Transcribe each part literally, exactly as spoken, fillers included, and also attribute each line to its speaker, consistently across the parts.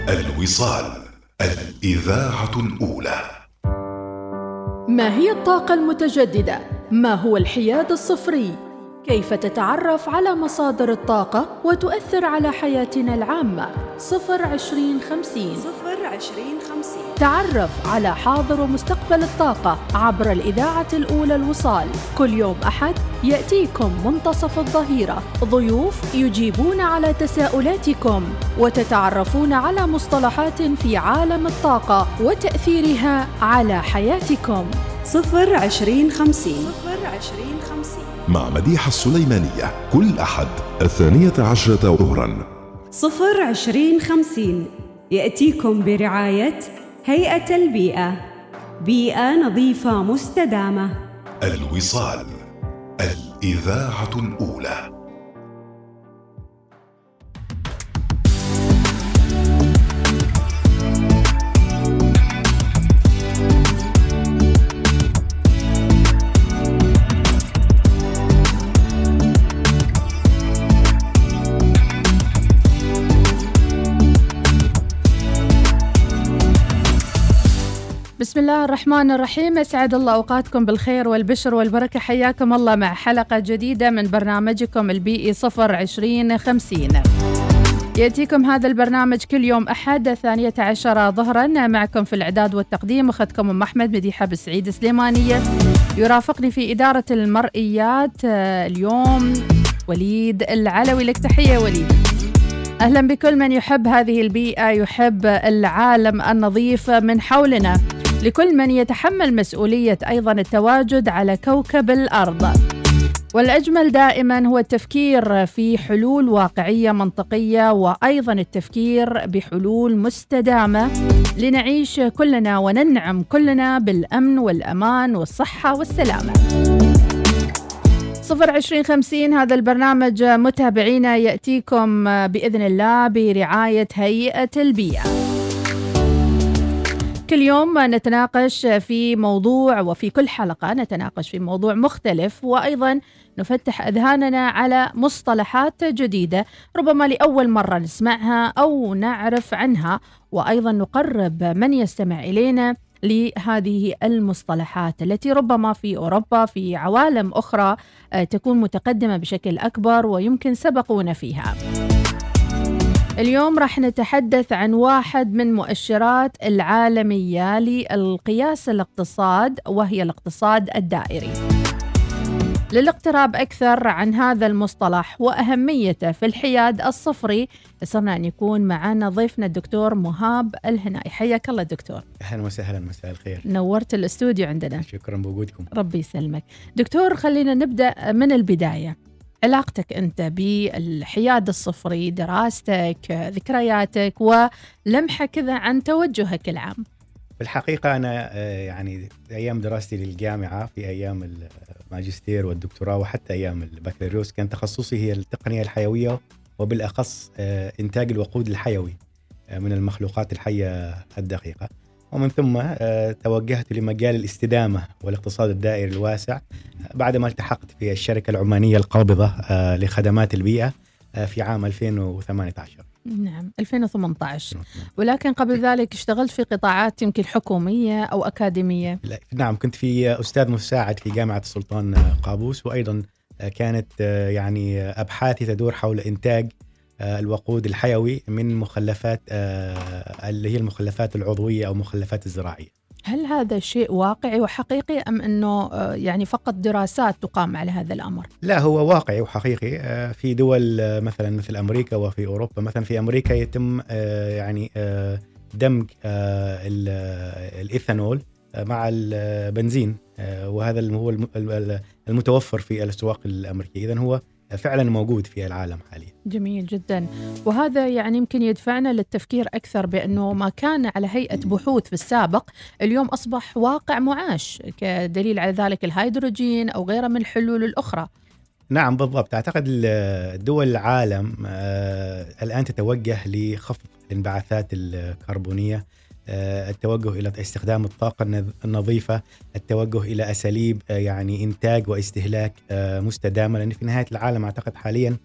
Speaker 1: الوصال، الإذاعة الأولى.
Speaker 2: ما هي الطاقة المتجددة؟ ما هو الحياد الصفري؟ كيف تتعرف على مصادر الطاقة وتؤثر على حياتنا العامة؟ صفر عشرين خمسين
Speaker 3: صفر عشرين خمسين.
Speaker 2: تعرف على حاضر ومستقبل الطاقة عبر الإذاعة الأولى الوصال. كل يوم أحد يأتيكم منتصف الظهيرة ضيوف يجيبون على تساؤلاتكم وتتعرفون على مصطلحات في عالم الطاقة وتأثيرها على حياتكم.
Speaker 3: صفر عشرين خمسين صفر عشرين خمسين
Speaker 1: مع مديحة السليمانية كل أحد الثانية عشرة ظهرا.
Speaker 3: صفر عشرين خمسين يأتيكم برعاية هيئة البيئة، بيئة نظيفة مستدامة.
Speaker 1: الوصال، الإذاعة الأولى.
Speaker 2: بسم الله الرحمن الرحيم، أسعد الله أوقاتكم بالخير والبشر والبركة. حياكم الله مع حلقة جديدة من برنامجكم البيئي صفر عشرين خمسين. يأتيكم هذا البرنامج كل يوم أحد الثانية عشرة ظهرا. معكم في الإعداد والتقديم أخذكم أم أحمد مديحة بالسعيد سليمانية. يرافقني في إدارة المرئيات اليوم وليد العلوي. لك تحية وليد. أهلا بكل من يحب هذه البيئة، يحب العالم النظيف من حولنا، لكل من يتحمل مسؤولية أيضا التواجد على كوكب الأرض. والأجمل دائما هو التفكير في حلول واقعية منطقية، وأيضا التفكير بحلول مستدامة لنعيش كلنا وننعم كلنا بالأمن والأمان والصحة والسلامة. صفر عشرين خمسين هذا البرنامج متابعينا يأتيكم بإذن الله برعاية هيئة البيئة. كل يوم نتناقش في موضوع، وفي كل حلقة نتناقش في موضوع مختلف، وأيضا نفتح أذهاننا على مصطلحات جديدة ربما لأول مرة نسمعها أو نعرف عنها، وأيضا نقرب من يستمع إلينا لهذه المصطلحات التي ربما في أوروبا في عوالم أخرى تكون متقدمة بشكل أكبر ويمكن سبقونا فيها. اليوم راح نتحدث عن واحد من مؤشرات العالمية للقياس الاقتصاد، وهي الاقتصاد الدائري. للاقتراب أكثر عن هذا المصطلح وأهميته في الحياد الصفري، صرنا أن يكون معنا ضيفنا الدكتور مهاب الهنائي. حياك الله دكتور.
Speaker 4: أهلا وسهلا، مساء الخير.
Speaker 2: نورت الاستوديو عندنا.
Speaker 4: شكرا بوجودكم.
Speaker 2: ربي يسلمك دكتور. خلينا نبدأ من البداية. علاقتك أنت بالحياد الصفري، دراستك، ذكرياتك، ولمحة كذا عن توجهك العام.
Speaker 4: بالحقيقة أنا يعني أيام دراستي للجامعة، في أيام الماجستير والدكتوراه وحتى أيام البكالوريوس، كان تخصصي هي التقنية الحيوية، وبالأخص إنتاج الوقود الحيوي من المخلوقات الحية الدقيقة. ومن ثم توجهت لمجال الاستدامة والاقتصاد الدائري الواسع بعدما التحقت في الشركة العمانية القابضة لخدمات البيئة في عام ألفين وثمانية عشر.
Speaker 2: نعم ألفين وثمانية عشر. ولكن قبل ذلك اشتغلت في قطاعات يمكن حكومية أو أكاديمية.
Speaker 4: نعم، كنت في أستاذ مساعد في جامعة السلطان قابوس، وأيضا كانت يعني أبحاثي تدور حول إنتاج الوقود الحيوي من مخلفات اللي هي المخلفات العضوية أو مخلفات الزراعية.
Speaker 2: هل هذا شيء واقعي وحقيقي أم أنه يعني فقط دراسات تقام على هذا الأمر؟
Speaker 4: لا، هو واقعي وحقيقي. في دول مثلا مثل أمريكا وفي أوروبا، مثلا في أمريكا يتم يعني دمج الإيثانول مع البنزين، وهذا هو المتوفر في الأسواق الأمريكية. إذن هو فعلا موجود في العالم حاليا.
Speaker 2: جميل جدا. وهذا يعني يمكن يدفعنا للتفكير أكثر بأنه ما كان على هيئة بحوث في السابق اليوم أصبح واقع معاش، كدليل على ذلك الهيدروجين أو غيره من الحلول الأخرى.
Speaker 4: نعم بالضبط. أعتقد دول العالم الآن تتوجه لخفض الانبعاثات الكربونية، التوجه إلى استخدام الطاقة النظيفة، التوجه إلى أساليب يعني إنتاج واستهلاك مستدامة، لأن في نهاية العالم أعتقد حاليا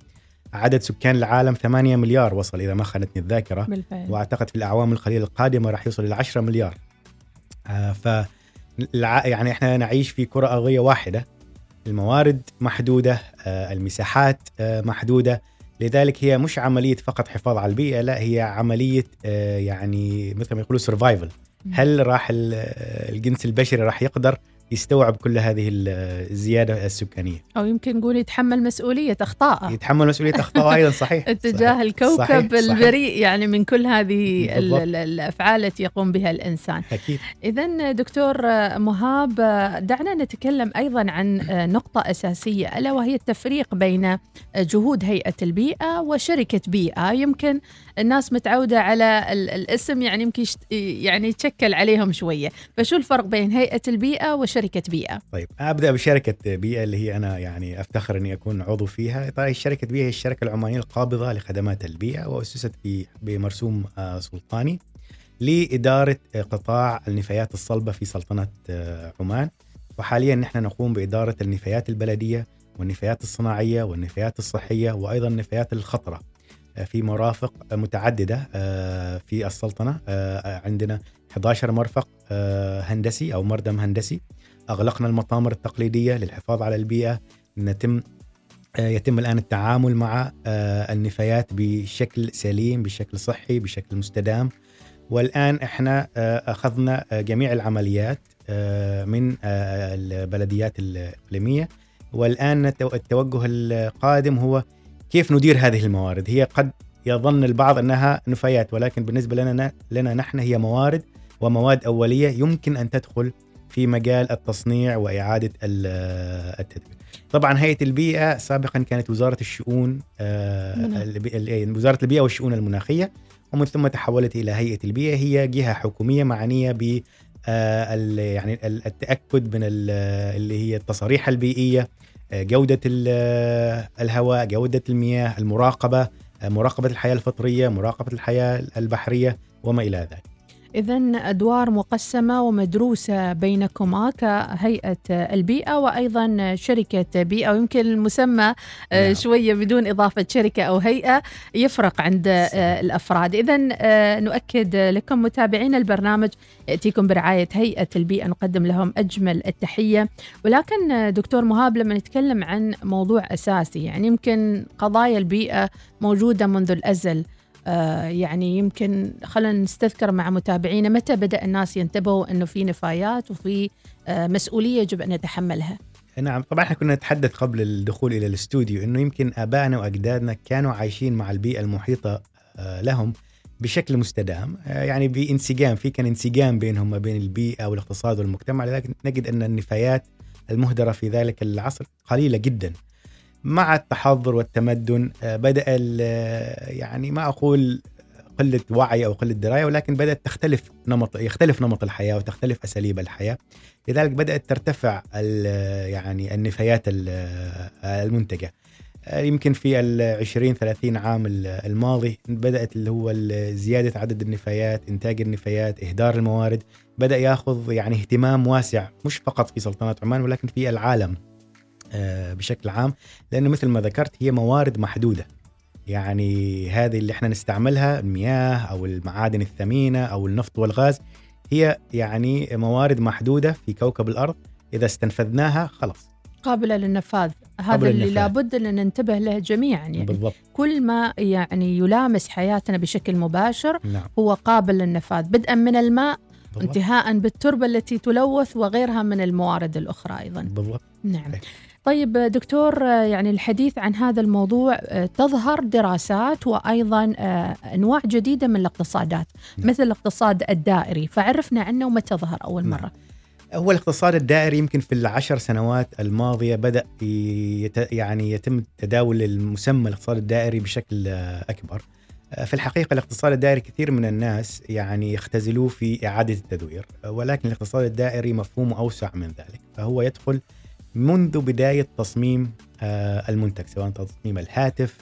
Speaker 4: عدد سكان العالم ثمانية مليار وصل إذا ما خانتني الذاكرة
Speaker 2: بالفعل.
Speaker 4: وأعتقد في الأعوام القليلة القادمة راح يوصل إلى عشرة مليار. آه ف يعني إحنا نعيش في كرة أرضية واحدة، الموارد محدودة، آه المساحات آه محدودة، لذلك هي مش عملية فقط حفاظ على البيئة، لا هي عملية آه يعني مثل ما يقولوا survival. هل راح الجنس البشري راح يقدر يستوعب كل هذه الزيادة السكانية،
Speaker 2: أو يمكن نقول يتحمل مسؤولية أخطاءه،
Speaker 4: يتحمل مسؤولية أخطاءه أيضا. صحيح
Speaker 2: اتجاه
Speaker 4: صحيح.
Speaker 2: الكوكب
Speaker 4: صحيح.
Speaker 2: البريء صحيح. يعني من كل هذه
Speaker 4: بالضبط.
Speaker 2: الأفعال التي يقوم بها الإنسان.
Speaker 4: أكيد.
Speaker 2: إذن دكتور مهاب، دعنا نتكلم أيضا عن نقطة أساسية، ألا وهي التفريق بين جهود هيئة البيئة وشركة بيئة. يمكن الناس متعودة على الاسم، يعني يمكن يعني يتشكل عليهم شوية، فشو الفرق بين هيئة البيئة وشركة بيئة؟
Speaker 4: طيب أبدأ بشركة بيئة اللي هي أنا يعني أفتخر أني أكون عضو فيها. طيب شركة بيئة هي الشركة العمانية القابضة لخدمات البيئة، وأسست في بمرسوم سلطاني لإدارة قطاع النفايات الصلبة في سلطنة عمان. وحاليا نحن نقوم بإدارة النفايات البلدية والنفايات الصناعية والنفايات الصحية وأيضا النفايات الخطرة في مرافق متعددة في السلطنة. عندنا إحدى عشر مرفق هندسي أو مردم هندسي. أغلقنا المطامر التقليدية للحفاظ على البيئة. نتم يتم الآن التعامل مع النفايات بشكل سليم، بشكل صحي، بشكل مستدام. والآن إحنا أخذنا جميع العمليات من البلديات الإقليمية، والآن التوجه القادم هو كيف ندير هذه الموارد. هي قد يظن البعض أنها نفايات، ولكن بالنسبة لنا لنا نحن هي موارد ومواد أولية يمكن أن تدخل في مجال التصنيع وإعادة التدوير. طبعا هيئة البيئة سابقا كانت وزارة الشؤون وزارة البيئة والشؤون المناخية، ومن ثم تحولت إلى هيئة البيئة. هي جهة حكومية معنية ب يعني التأكد من اللي هي التصاريح البيئية، جودة الهواء، جودة المياه، المراقبة، مراقبة الحياة الفطرية، مراقبة الحياة البحرية وما إلى ذلك.
Speaker 2: إذن أدوار مقسمة ومدروسة بينكما كهيئة البيئة وأيضا شركة بيئة، ويمكن المسمى نعم. شوية بدون إضافة شركة أو هيئة يفرق عند صحيح. الأفراد. إذن نؤكد لكم متابعين البرنامج يأتيكم برعاية هيئة البيئة، نقدم لهم أجمل التحية. ولكن دكتور مهاب، لما نتكلم عن موضوع أساسي، يعني يمكن قضايا البيئة موجودة منذ الأزل، آه يعني يمكن خلينا نستذكر مع متابعينا متى بدأ الناس ينتبهوا أنه في نفايات وفي آه مسؤولية يجب أن نتحملها.
Speaker 4: نعم طبعا احنا كنا نتحدث قبل الدخول إلى الاستوديو أنه يمكن آبائنا وأجدادنا كانوا عايشين مع البيئة المحيطة آه لهم بشكل مستدام، آه يعني بانسجام، في كان انسجام بينهم ما بين البيئة والاقتصاد والمجتمع. لذلك نجد أن النفايات المهدرة في ذلك العصر قليلة جدا. مع التحضر والتمدن بدأ يعني ما أقول قلة وعي أو قلة دراية، ولكن بدأت تختلف نمط يختلف نمط الحياة وتختلف أساليب الحياة. لذلك بدأت ترتفع يعني النفايات المنتجة. يمكن في العشرين ثلاثين عام الماضي بدأت اللي هو زيادة عدد النفايات، إنتاج النفايات، إهدار الموارد بدأ يأخذ يعني اهتمام واسع، مش فقط في سلطنة عمان ولكن في العالم بشكل عام، لأنه مثل ما ذكرت هي موارد محدودة. يعني هذه اللي احنا نستعملها، المياه أو المعادن الثمينة أو النفط والغاز، هي يعني موارد محدودة في كوكب الأرض. إذا استنفذناها خلاص
Speaker 2: قابلة للنفاذ. هذا اللي لابد أن ننتبه له جميعا. يعني بالضبط. كل ما يعني يلامس حياتنا بشكل مباشر نعم. هو قابل للنفاذ، بدءا من الماء بالضبط. انتهاء بالتربة التي تلوث وغيرها من الموارد الأخرى أيضا.
Speaker 4: بالضبط.
Speaker 2: نعم. طيب دكتور، يعني الحديث عن هذا الموضوع تظهر دراسات وأيضا أنواع جديدة من الاقتصادات نعم. مثل الاقتصاد الدائري، فعرفنا عنه ومتى ظهر أول مرة؟ نعم.
Speaker 4: هو الاقتصاد الدائري يمكن في العشر سنوات الماضية بدأ يت يعني يتم تداول المسمى الاقتصاد الدائري بشكل أكبر. في الحقيقة الاقتصاد الدائري كثير من الناس يعني يختزلوه في إعادة التدوير، ولكن الاقتصاد الدائري مفهومه أوسع من ذلك. فهو يدخل منذ بداية تصميم المنتج، سواء تصميم الهاتف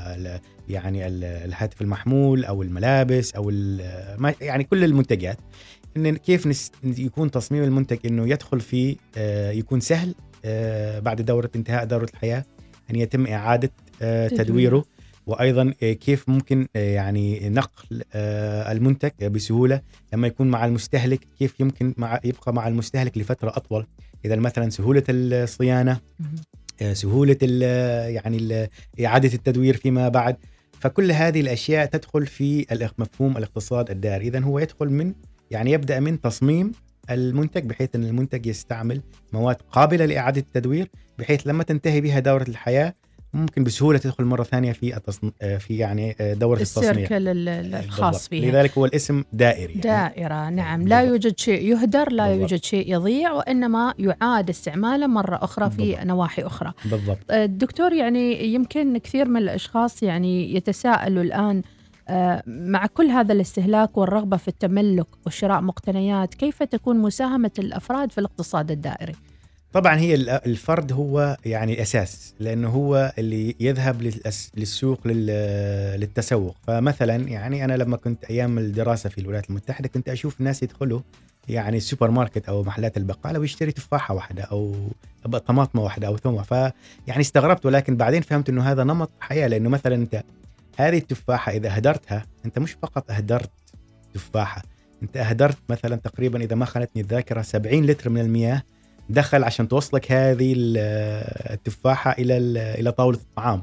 Speaker 4: يعني الهاتف المحمول أو الملابس أو يعني كل المنتجات، إن كيف يكون تصميم المنتج إنه يدخل فيه يكون سهل بعد دورة انتهاء دورة الحياة، أن يتم إعادة تدويره، وأيضا كيف ممكن يعني نقل المنتج بسهولة لما يكون مع المستهلك، كيف يمكن مع يبقى مع المستهلك لفترة أطول، إذا مثلا سهولة الصيانة، سهولة ال يعني ال إعادة التدوير فيما بعد. فكل هذه الأشياء تدخل في مفهوم الاقتصاد الدائري. إذن هو يدخل من يعني يبدأ من تصميم المنتج بحيث أن المنتج يستعمل مواد قابلة لإعادة التدوير، بحيث لما تنتهي بها دورة الحياة ممكن بسهولة تدخل مرة ثانية في التصن... في يعني دورة التصنيع
Speaker 2: السيركل الخاص فيها.
Speaker 4: لذلك هو الاسم دائري يعني.
Speaker 2: دائرة، نعم. لا
Speaker 4: بالضبط.
Speaker 2: يوجد شيء يهدر، لا
Speaker 4: بالضبط.
Speaker 2: يوجد شيء يضيع، وإنما يعاد استعماله مرة أخرى في
Speaker 4: بالضبط.
Speaker 2: نواحي أخرى.
Speaker 4: بالضبط.
Speaker 2: الدكتور، يعني يمكن كثير من الأشخاص يعني يتساءلوا الآن مع كل هذا الاستهلاك والرغبة في التملك وشراء مقتنيات، كيف تكون مساهمة الأفراد في الاقتصاد الدائري؟
Speaker 4: طبعا هي الفرد هو يعني الأساس، لأنه هو اللي يذهب للسوق للتسوق. فمثلا يعني أنا لما كنت أيام الدراسة في الولايات المتحدة كنت أشوف الناس يدخلوا يعني السوبر ماركت أو محلات البقالة ويشتري تفاحة واحدة أو طماطمة واحدة أو ثومة. فيعني استغربت، ولكن بعدين فهمت أنه هذا نمط حياة. لأنه مثلا أنت هذه التفاحة إذا أهدرتها، أنت مش فقط أهدرت تفاحة، أنت أهدرت مثلا تقريبا إذا ما خانتني الذاكرة سبعين لتر من المياه دخل عشان توصلك هذه التفاحة إلى إلى طاولة الطعام.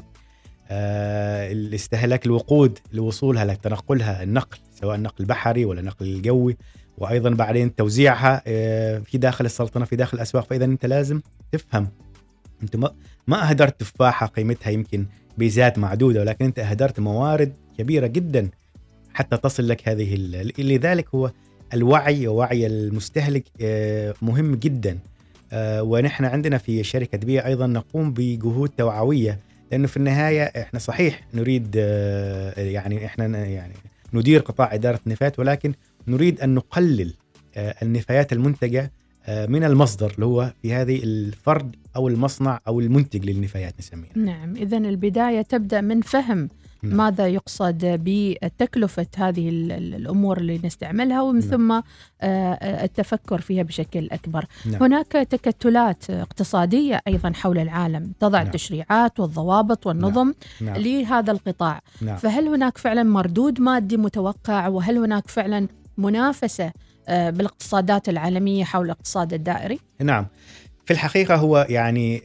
Speaker 4: الاستهلاك الوقود لوصولها لتنقلها، النقل سواء النقل البحري ولا النقل الجوي، وأيضا بعدين توزيعها في داخل السلطنة في داخل الأسواق. فإذا أنت لازم تفهم أنت ما أهدرت تفاحة قيمتها يمكن بذات معدودة، ولكن أنت أهدرت موارد كبيرة جدا حتى تصل لك هذه. لذلك هو الوعي ووعي المستهلك مهم جدا. ونحن عندنا في شركة بي أيضا نقوم بجهود توعوية، لأنه في النهاية إحنا صحيح نريد يعني إحنا يعني ندير قطاع إدارة النفايات، ولكن نريد أن نقلل النفايات المنتجة من المصدر اللي هو في هذه الفرد أو المصنع أو المنتج للنفايات نسميها.
Speaker 2: نعم، إذن البداية تبدأ من فهم نعم. ماذا يقصد بتكلفة هذه الأمور اللي نستعملها، ومن نعم. ثم التفكر فيها بشكل أكبر. نعم. هناك تكتلات اقتصادية أيضا حول العالم تضع نعم. التشريعات والضوابط والنظم نعم. نعم. لهذا القطاع. نعم. فهل هناك فعلا مردود مادي متوقع، وهل هناك فعلا منافسة بالاقتصادات العالمية حول الاقتصاد الدائري؟
Speaker 4: نعم، في الحقيقة هو يعني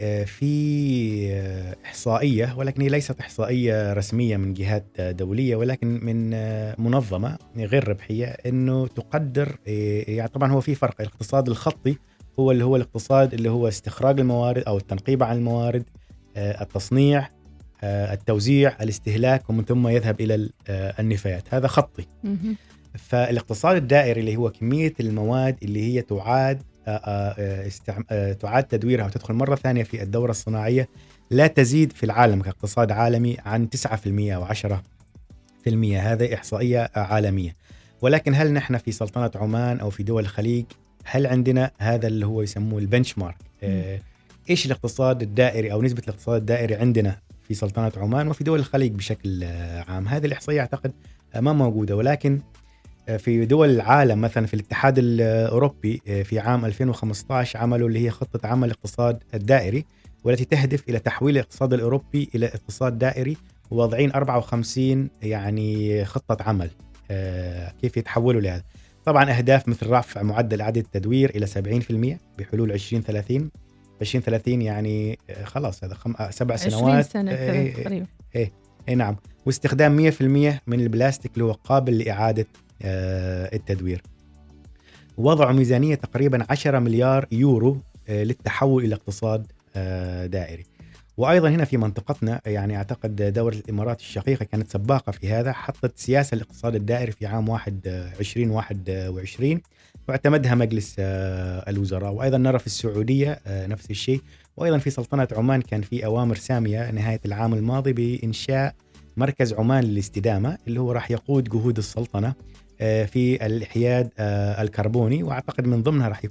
Speaker 4: في إحصائية، ولكن هي ليست إحصائية رسمية من جهات دولية، ولكن من منظمة غير ربحية، إنه تقدر يعني طبعا هو في فرق. الاقتصاد الخطي هو اللي هو الاقتصاد اللي هو استخراج الموارد أو التنقيب عن الموارد، التصنيع، التوزيع، الاستهلاك، ومن ثم يذهب إلى النفايات. هذا خطي. فالاقتصاد الدائري اللي هو كمية المواد اللي هي تعاد استعم... تعاد تدويرها وتدخل مرة ثانية في الدورة الصناعية لا تزيد في العالم كاقتصاد عالمي عن تسعة بالمئة أو عشرة بالمئة. هذه إحصائية عالمية. ولكن هل نحن في سلطنة عمان أو في دول الخليج هل عندنا هذا اللي هو يسموه البنش مارك؟ إيش الاقتصاد الدائري أو نسبة الاقتصاد الدائري عندنا في سلطنة عمان وفي دول الخليج بشكل عام؟ هذه الإحصائية أعتقد ما موجودة. ولكن في دول العالم مثلا في الاتحاد الأوروبي في عام ألفين وخمسة عشر عملوا اللي هي خطة عمل الاقتصاد الدائري، والتي تهدف إلى تحويل الاقتصاد الأوروبي إلى اقتصاد دائري، ووضعين أربعة وخمسين يعني خطة عمل كيف يتحولوا لهذا. طبعا أهداف مثل رفع معدل إعادة التدوير إلى سبعين بالمئة بحلول عشرين ثلاثين. عشرين ثلاثين يعني خلاص هذا خم... سبع سنوات
Speaker 2: سنة
Speaker 4: إيه إيه إيه إيه نعم. واستخدام مئة بالمئة من البلاستيك اللي هو قابل لإعادة التدوير. وضعوا ميزانية تقريبا عشرة مليار يورو للتحول إلى اقتصاد دائري. وأيضا هنا في منطقتنا يعني أعتقد دولة الإمارات الشقيقة كانت سباقة في هذا، حطت سياسة الاقتصاد الدائري في عام واحد عشرين واحد وعشرين واعتمدها مجلس الوزراء. وأيضا نرى في السعودية نفس الشيء. وأيضا في سلطنة عمان كان في أوامر سامية نهاية العام الماضي بإنشاء مركز عمان للاستدامة اللي هو راح يقود جهود السلطنة في الإحياد الكربوني، وأعتقد من ضمنها راح يكون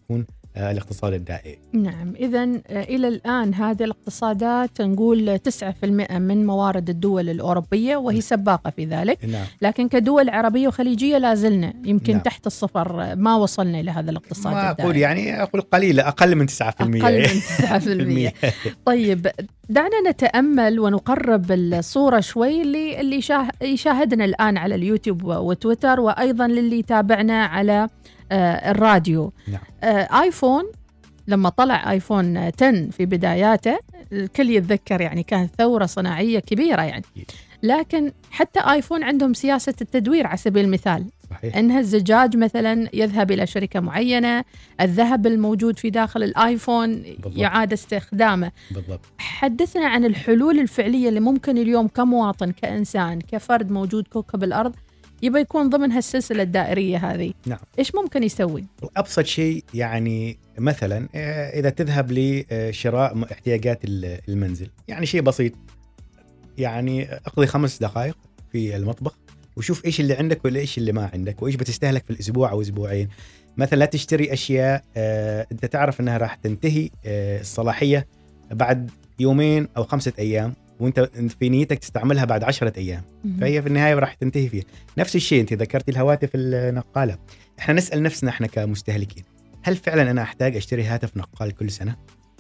Speaker 4: الاقتصاد الدائري.
Speaker 2: نعم، إذن إلى الآن هذه الاقتصادات نقول تسعة بالمئة من موارد الدول الأوروبية وهي سباقة في ذلك.
Speaker 4: نعم.
Speaker 2: لكن كدول عربية وخليجية لازلنا يمكن
Speaker 4: نعم.
Speaker 2: تحت الصفر، ما وصلنا إلى هذا الاقتصاد
Speaker 4: ما
Speaker 2: الدائري.
Speaker 4: أقول يعني أقول قليلة، أقل من تسعة بالمئة.
Speaker 2: أقل من تسعة بالمئة. طيب دعنا نتأمل ونقرب الصورة شوي اللي اللي يشاهدنا الآن على اليوتيوب وتويتر، وأيضا للي يتابعنا على آه الراديو.
Speaker 4: نعم.
Speaker 2: آه آيفون لما طلع آيفون عشرة في بداياته الكل يتذكر يعني كانت ثورة صناعية كبيرة يعني. لكن حتى آيفون عندهم سياسة التدوير على سبيل المثال.
Speaker 4: صحيح.
Speaker 2: إنها الزجاج مثلا يذهب إلى شركة معينة، الذهب الموجود في داخل الآيفون بالضبط. يعاد استخدامه.
Speaker 4: بالضبط.
Speaker 2: حدثنا عن الحلول الفعلية اللي ممكن اليوم كمواطن كإنسان كفرد موجود كوكب الأرض يبقى يكون ضمن هالسلسلة الدائرية هذه.
Speaker 4: نعم.
Speaker 2: إيش ممكن يسوي؟
Speaker 4: أبسط شيء يعني مثلا إذا تذهب لشراء احتياجات المنزل، يعني شيء بسيط، يعني اقضي خمس دقائق في المطبخ وشوف إيش اللي عندك ولا إيش اللي ما عندك وإيش بتستهلك في الأسبوع أو أسبوعين. مثلا لا تشتري أشياء آه أنت تعرف أنها راح تنتهي آه الصلاحية بعد يومين أو خمسة أيام وأنت في نيتك تستعملها بعد عشرة أيام، فهي في النهاية راح تنتهي فيها. نفس الشيء أنت ذكرت الهواتف النقالة، إحنا نسأل نفسنا إحنا كمستهلكين، هل فعلا أنا أحتاج أشتري هاتف نقال كل سنة؟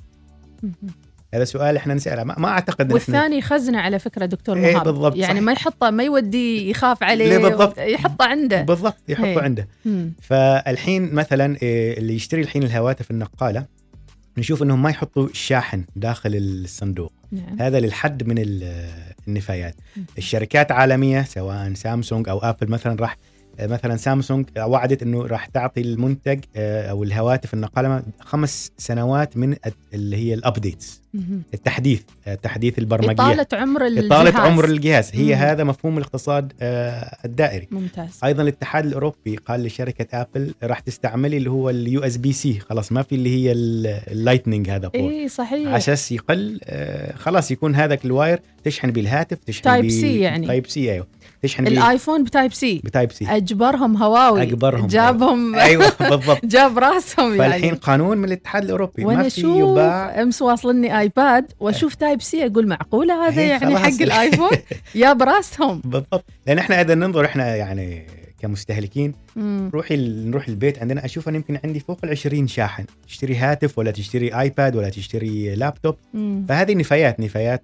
Speaker 4: هذا سؤال احنا نسأله. ما, ما اعتقد.
Speaker 2: والثاني خزنه على فكره دكتور مهاب.
Speaker 4: ايه بالضبط.
Speaker 2: يعني
Speaker 4: صح.
Speaker 2: ما يحطه، ما يودي يخاف عليه
Speaker 4: بالضبط.
Speaker 2: يحطه عنده.
Speaker 4: بالضبط يحطه
Speaker 2: هي.
Speaker 4: عنده.
Speaker 2: مم.
Speaker 4: فالحين مثلا اللي يشتري الحين الهواتف النقالة نشوف انهم ما يحطوا الشاحن داخل الصندوق.
Speaker 2: نعم.
Speaker 4: هذا للحد من النفايات. الشركات عالمية سواء سامسونج او ابل مثلا راح مثلا سامسونج وعدت انه راح تعطي المنتج او الهواتف النقالة خمس سنوات من اللي هي الابديتس، التحديث، تحديث البرمجية،
Speaker 2: إطالة عمر الجهاز.
Speaker 4: إطالة عمر الجهاز هي
Speaker 2: مم.
Speaker 4: هذا مفهوم الاقتصاد الدائري.
Speaker 2: ممتاز.
Speaker 4: ايضا الاتحاد الاوروبي قال لشركة ابل راح تستعملي اللي هو اليو اس بي سي، خلاص ما في اللي هي اللايتنينج هذا بور.
Speaker 2: اي صحيح.
Speaker 4: عشان يقل خلاص يكون هذاك الواير تشحن بالهاتف، تشحن
Speaker 2: تايب سي يعني
Speaker 4: تايب سي. ايوه تشحن
Speaker 2: الايفون بتايب سي.
Speaker 4: بتايب سي.
Speaker 2: اجبرهم هواوي،
Speaker 4: اجبرهم
Speaker 2: جابهم.
Speaker 4: ايوه بالضبط.
Speaker 2: جاب راسهم يعني.
Speaker 4: فالحين قانون من الاتحاد الاوروبي
Speaker 2: ما
Speaker 4: في يباع.
Speaker 2: امس واصلني ايباد واشوف تايب سي اقول معقوله هذا يعني
Speaker 4: خلاص.
Speaker 2: حق الايفون. يا براسهم.
Speaker 4: بالضبط. لان احنا اذا ننظر احنا يعني كمستهلكين روحي نروح البيت عندنا اشوف انا يمكن عندي فوق العشرين شاحن، تشتري هاتف ولا تشتري ايباد ولا تشتري لابتوب.
Speaker 2: مم.
Speaker 4: فهذه نفايات نفايات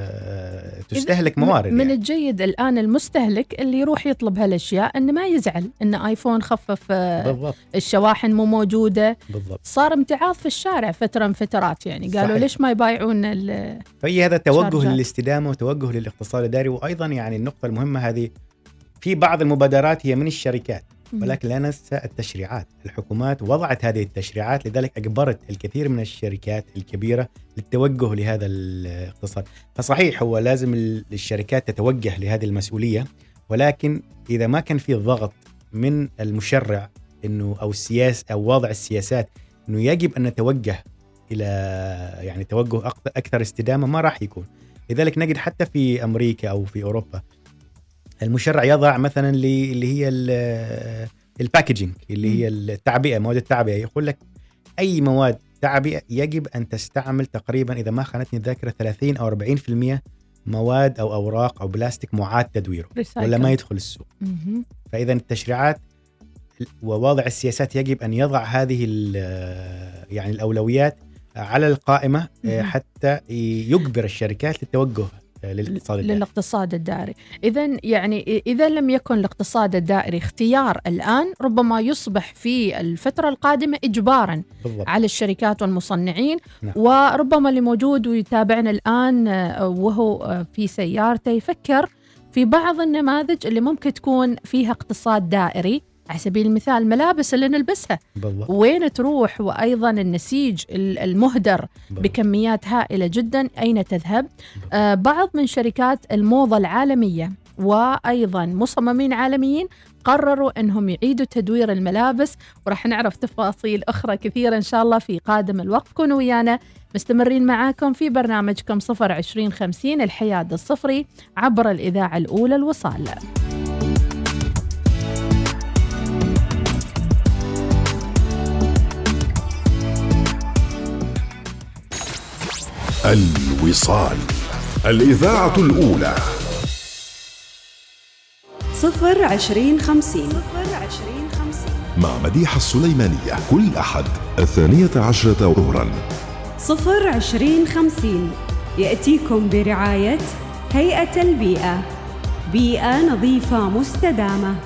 Speaker 4: آه تستهلك موارد.
Speaker 2: من
Speaker 4: يعني.
Speaker 2: الجيد الان المستهلك اللي يروح يطلب هالاشياء انه ما يزعل ان ايفون خفف آه
Speaker 4: بالضبط.
Speaker 2: الشواحن مو موجوده.
Speaker 4: بالضبط.
Speaker 2: صار امتعاض في الشارع فتره من فترات يعني قالوا صحيح. ليش ما يبايعون.
Speaker 4: فهي هذا توجه للاستدامه وتوجه للاقتصاد الدائري. وايضا يعني النقطه المهمه هذه في بعض المبادرات هي من الشركات، ولكن لا ننسى التشريعات. الحكومات وضعت هذه التشريعات، لذلك أجبرت الكثير من الشركات الكبيرة للتوجه لهذا الاقتصاد. فصحيح هو لازم الشركات تتوجه لهذه المسؤولية، ولكن إذا ما كان في ضغط من المشرع إنه أو السياسة أو وضع السياسات إنه يجب أن نتوجه إلى يعني توجه أكثر استدامة، ما راح يكون. لذلك نجد حتى في أمريكا أو في أوروبا المشرع يضع مثلا اللي هي الباكجينج اللي هي التعبئة، مواد التعبئة، يقول لك أي مواد تعبئة يجب أن تستعمل تقريبا إذا ما خانتني الذاكرة ثلاثين أو أربعين بالمئة مواد أو أوراق أو بلاستيك معاد تدويره ولا ما يدخل السوق. فإذا التشريعات ووضع السياسات يجب أن يضع هذه يعني الأولويات على القائمة حتى يجبر الشركات للتوجه للاقتصاد الدائري.
Speaker 2: للاقتصاد الدائري. إذن يعني إذا لم يكن الاقتصاد الدائري اختيار الآن، ربما يصبح في الفترة القادمة إجباراً بالضبط. على الشركات والمصنعين. نعم. وربما اللي موجود ويتابعنا الآن وهو في سيارته يفكر في بعض النماذج اللي ممكن تكون فيها اقتصاد دائري. على سبيل المثال ملابس اللي نلبسها بالضبط. وين تروح؟ وأيضا النسيج المهدر بالضبط. بكميات هائلة جدا أين تذهب؟ آه بعض من شركات الموضة العالمية وأيضا مصممين عالميين قرروا أنهم يعيدوا تدوير الملابس، ورح نعرف تفاصيل أخرى كثيرة إن شاء الله في قادم الوقت. كونوا ويانا مستمرين معاكم في برنامجكم صفر عشرين خمسين الحياد الصفري عبر الإذاعة الأولى الوصال.
Speaker 1: الوصال، الإذاعة الأولى.
Speaker 3: صفر عشرين خمسين صفر عشرين خمسين
Speaker 1: مع مديحة السليمانية كل أحد الثانية عشرة ظهرا.
Speaker 3: صفر عشرين خمسين يأتيكم برعاية هيئة البيئة، بيئة نظيفة مستدامة.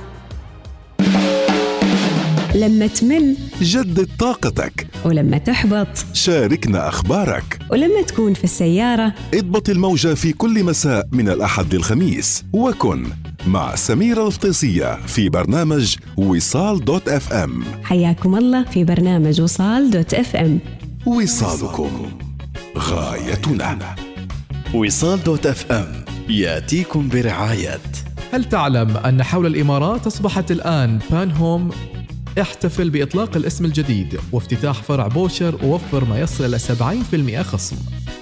Speaker 3: لما تمل
Speaker 1: جدد طاقتك،
Speaker 3: ولما تحبط
Speaker 1: شاركنا أخبارك،
Speaker 3: ولما تكون في السيارة
Speaker 1: اضبط الموجة في كل مساء من الأحد للخميس، وكن مع سميرة الفطيسية في برنامج وصال دوت اف ام.
Speaker 3: حياكم الله في برنامج وصال دوت اف ام.
Speaker 1: وصالكم غايتنا.
Speaker 5: وصال دوت اف ام يأتيكم برعاية.
Speaker 6: هل تعلم أن حول الإمارات أصبحت الآن بان هوم؟ احتفل بإطلاق الاسم الجديد وافتتاح فرع بوشر ووفر ما يصل إلى سبعين بالمئة خصم.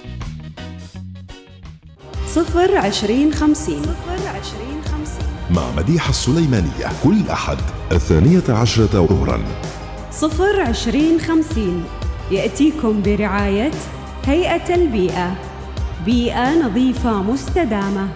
Speaker 3: صفر عشرين خمسين صفر عشرين خمسين
Speaker 1: مع مديحة السليمانية كل أحد الثانية عشرة ظهرا.
Speaker 3: صفر عشرين خمسين يأتيكم برعاية هيئة البيئة، بيئة نظيفة مستدامة.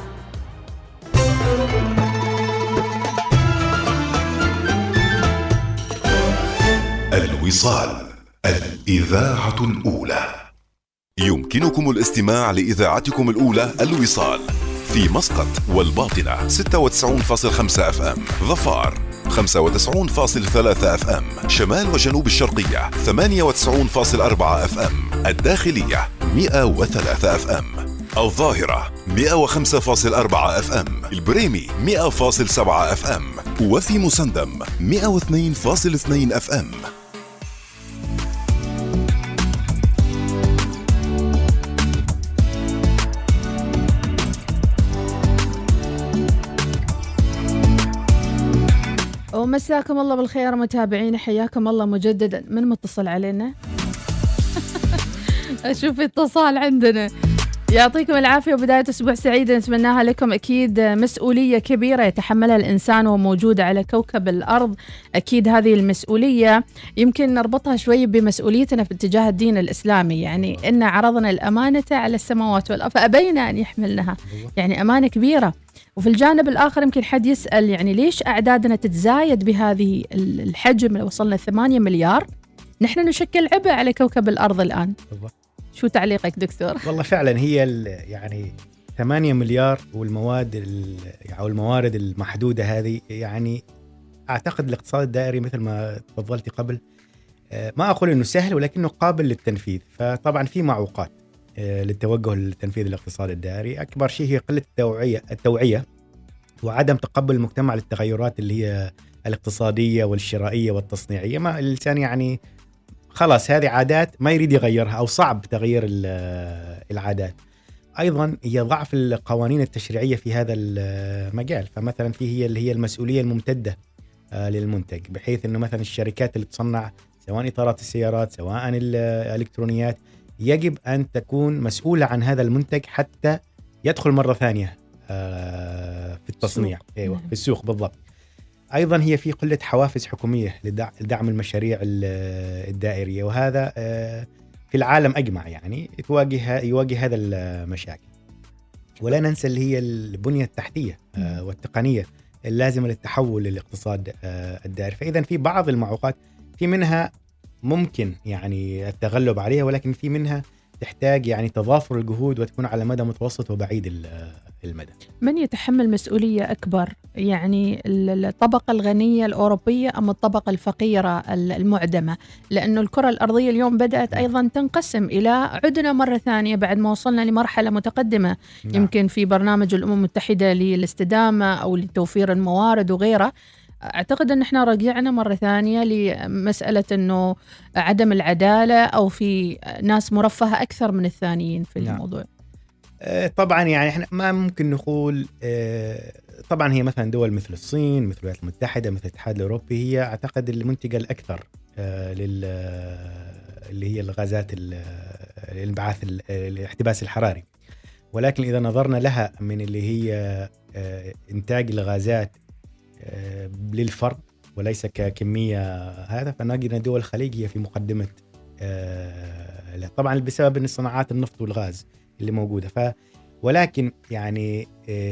Speaker 1: الوصال، الإذاعة الأولى. يمكنكم الاستماع لإذاعتكم الأولى الوصال في مسقط والباطنة ستة وتسعين فاصلة خمسة اف ام، ظفار خمسة وتسعين فاصلة ثلاثة اف ام، شمال وجنوب الشرقية ثمانية وتسعين فاصلة أربعة اف ام، الداخلية مئة وثلاثة اف ام، الظاهرة مئة وخمسة فاصلة أربعة اف ام، البريمي مئة فاصلة سبعة اف ام، وفي مسندم مئة واثنين فاصلة اثنين اف ام.
Speaker 2: ومساكم الله بالخير متابعين، حياكم الله مجددا. من متصل علينا؟ أشوف اتصال عندنا. يعطيكم العافية وبداية أسبوع سعيدة نتمناها لكم. أكيد مسؤولية كبيرة يتحملها الإنسان وموجودة على كوكب الأرض. أكيد هذه المسؤولية يمكن نربطها شوي بمسؤوليتنا في اتجاه الدين الإسلامي، يعني إن عرضنا الأمانة على السماوات والأرض فأبينا أن يحملنها، يعني أمانة كبيرة. وفي الجانب الآخر يمكن حد يسأل يعني ليش أعدادنا تتزايد بهذه الحجم اللي وصلنا ثمانية مليار؟ نحن نشكل عبء على كوكب الأرض الآن. شو تعليقك دكتور؟
Speaker 4: والله فعلا هي يعني ثمانية مليار والمواد أو الموارد المحدودة هذه، يعني أعتقد الاقتصاد الدائري مثل ما تفضلتي قبل ما أقول إنه سهل ولكنه قابل للتنفيذ. فطبعا في معوقات للتوجه للتنفيذ الاقتصاد الدائري. أكبر شيء هي قلة التوعية التوعية وعدم تقبل المجتمع للتغيرات اللي هي الاقتصادية والشرائية والتصنيعية. ما الإنسان يعني خلاص هذه عادات ما يريد يغيرها أو صعب تغيير العادات. أيضا هي ضعف القوانين التشريعية في هذا المجال. فمثلا في هي اللي هي المسؤولية الممتدة للمنتج، بحيث أنه مثلا الشركات اللي تصنع سواء إطارات السيارات سواء الإلكترونيات يجب أن تكون مسؤولة عن هذا المنتج حتى يدخل مرة ثانية في التصنيع. أيوة في السوق بالضبط. أيضا هي في قلة حوافز حكومية لدعم المشاريع الدائرية، وهذا في العالم أجمع يعني يواجه يواجه هذا المشاكل. ولا ننسى اللي هي البنية التحتية والتقنية اللازمة للتحول للاقتصاد الدائري. فإذا في بعض المعوقات، في منها ممكن يعني التغلب عليها، ولكن في منها تحتاج يعني تضافر الجهود وتكون على مدى متوسط وبعيد المدى.
Speaker 2: من يتحمل مسؤولية أكبر، يعني الطبقة الغنية الأوروبية أم الطبقة الفقيرة المعدمة؟ لأنه الكرة الأرضية اليوم بدأت أيضا تنقسم إلى عدنا مرة ثانية بعد ما وصلنا لمرحلة متقدمة. نعم. يمكن في برنامج الأمم المتحدة للاستدامة أو لتوفير الموارد وغيره. أعتقد أن احنا رجعنا مرة ثانية لمسألة أنه عدم العدالة أو في ناس مرفهة أكثر من الثانيين في نعم. الموضوع.
Speaker 4: طبعا يعني احنا ما ممكن نقول. طبعا هي مثلا دول مثل الصين مثل الولايات المتحدة مثل الاتحاد الأوروبي هي أعتقد المنتجة الأكثر لل اللي هي الغازات الانبعاث الاحتباس الحراري. ولكن إذا نظرنا لها من اللي هي إنتاج الغازات للفرد وليس ككمية هذا، فنجد دول الخليج هي في مقدمة. طبعا بسبب أن صناعات النفط والغاز اللي موجودة. ف ولكن يعني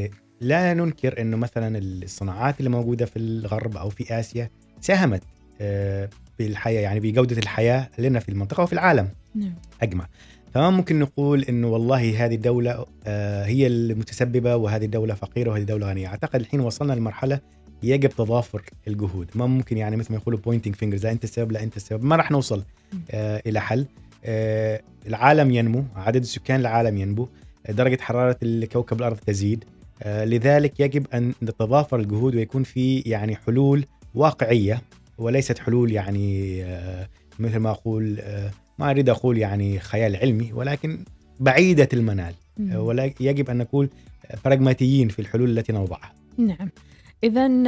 Speaker 4: لا ننكر أنه مثلا الصناعات اللي موجودة في الغرب أو في آسيا ساهمت في الحياة، يعني بجودة الحياة لنا في المنطقة وفي العالم أجمع. فما ممكن نقول إنه والله هذه الدولة هي المتسببة وهذه الدولة فقيرة وهذه الدولة غنية. أعتقد الحين وصلنا لمرحلة يجب تضافر الجهود. ما ممكن يعني مثل ما يقولوا pointing fingers، لا أنت السبب لا أنت السبب، ما راح نوصل آه إلى حل. آه العالم ينمو، عدد السكان العالم ينمو، درجة حرارة الكوكب الأرض تزيد، آه لذلك يجب أن نتضافر الجهود ويكون في يعني حلول واقعية وليست حلول يعني آه مثل ما أقول آه ما أريد أقول يعني خيال علمي، ولكن بعيدة المنال. آه ولا يجب أن نكون براغماتيين في الحلول التي نوضعها.
Speaker 2: نعم. إذن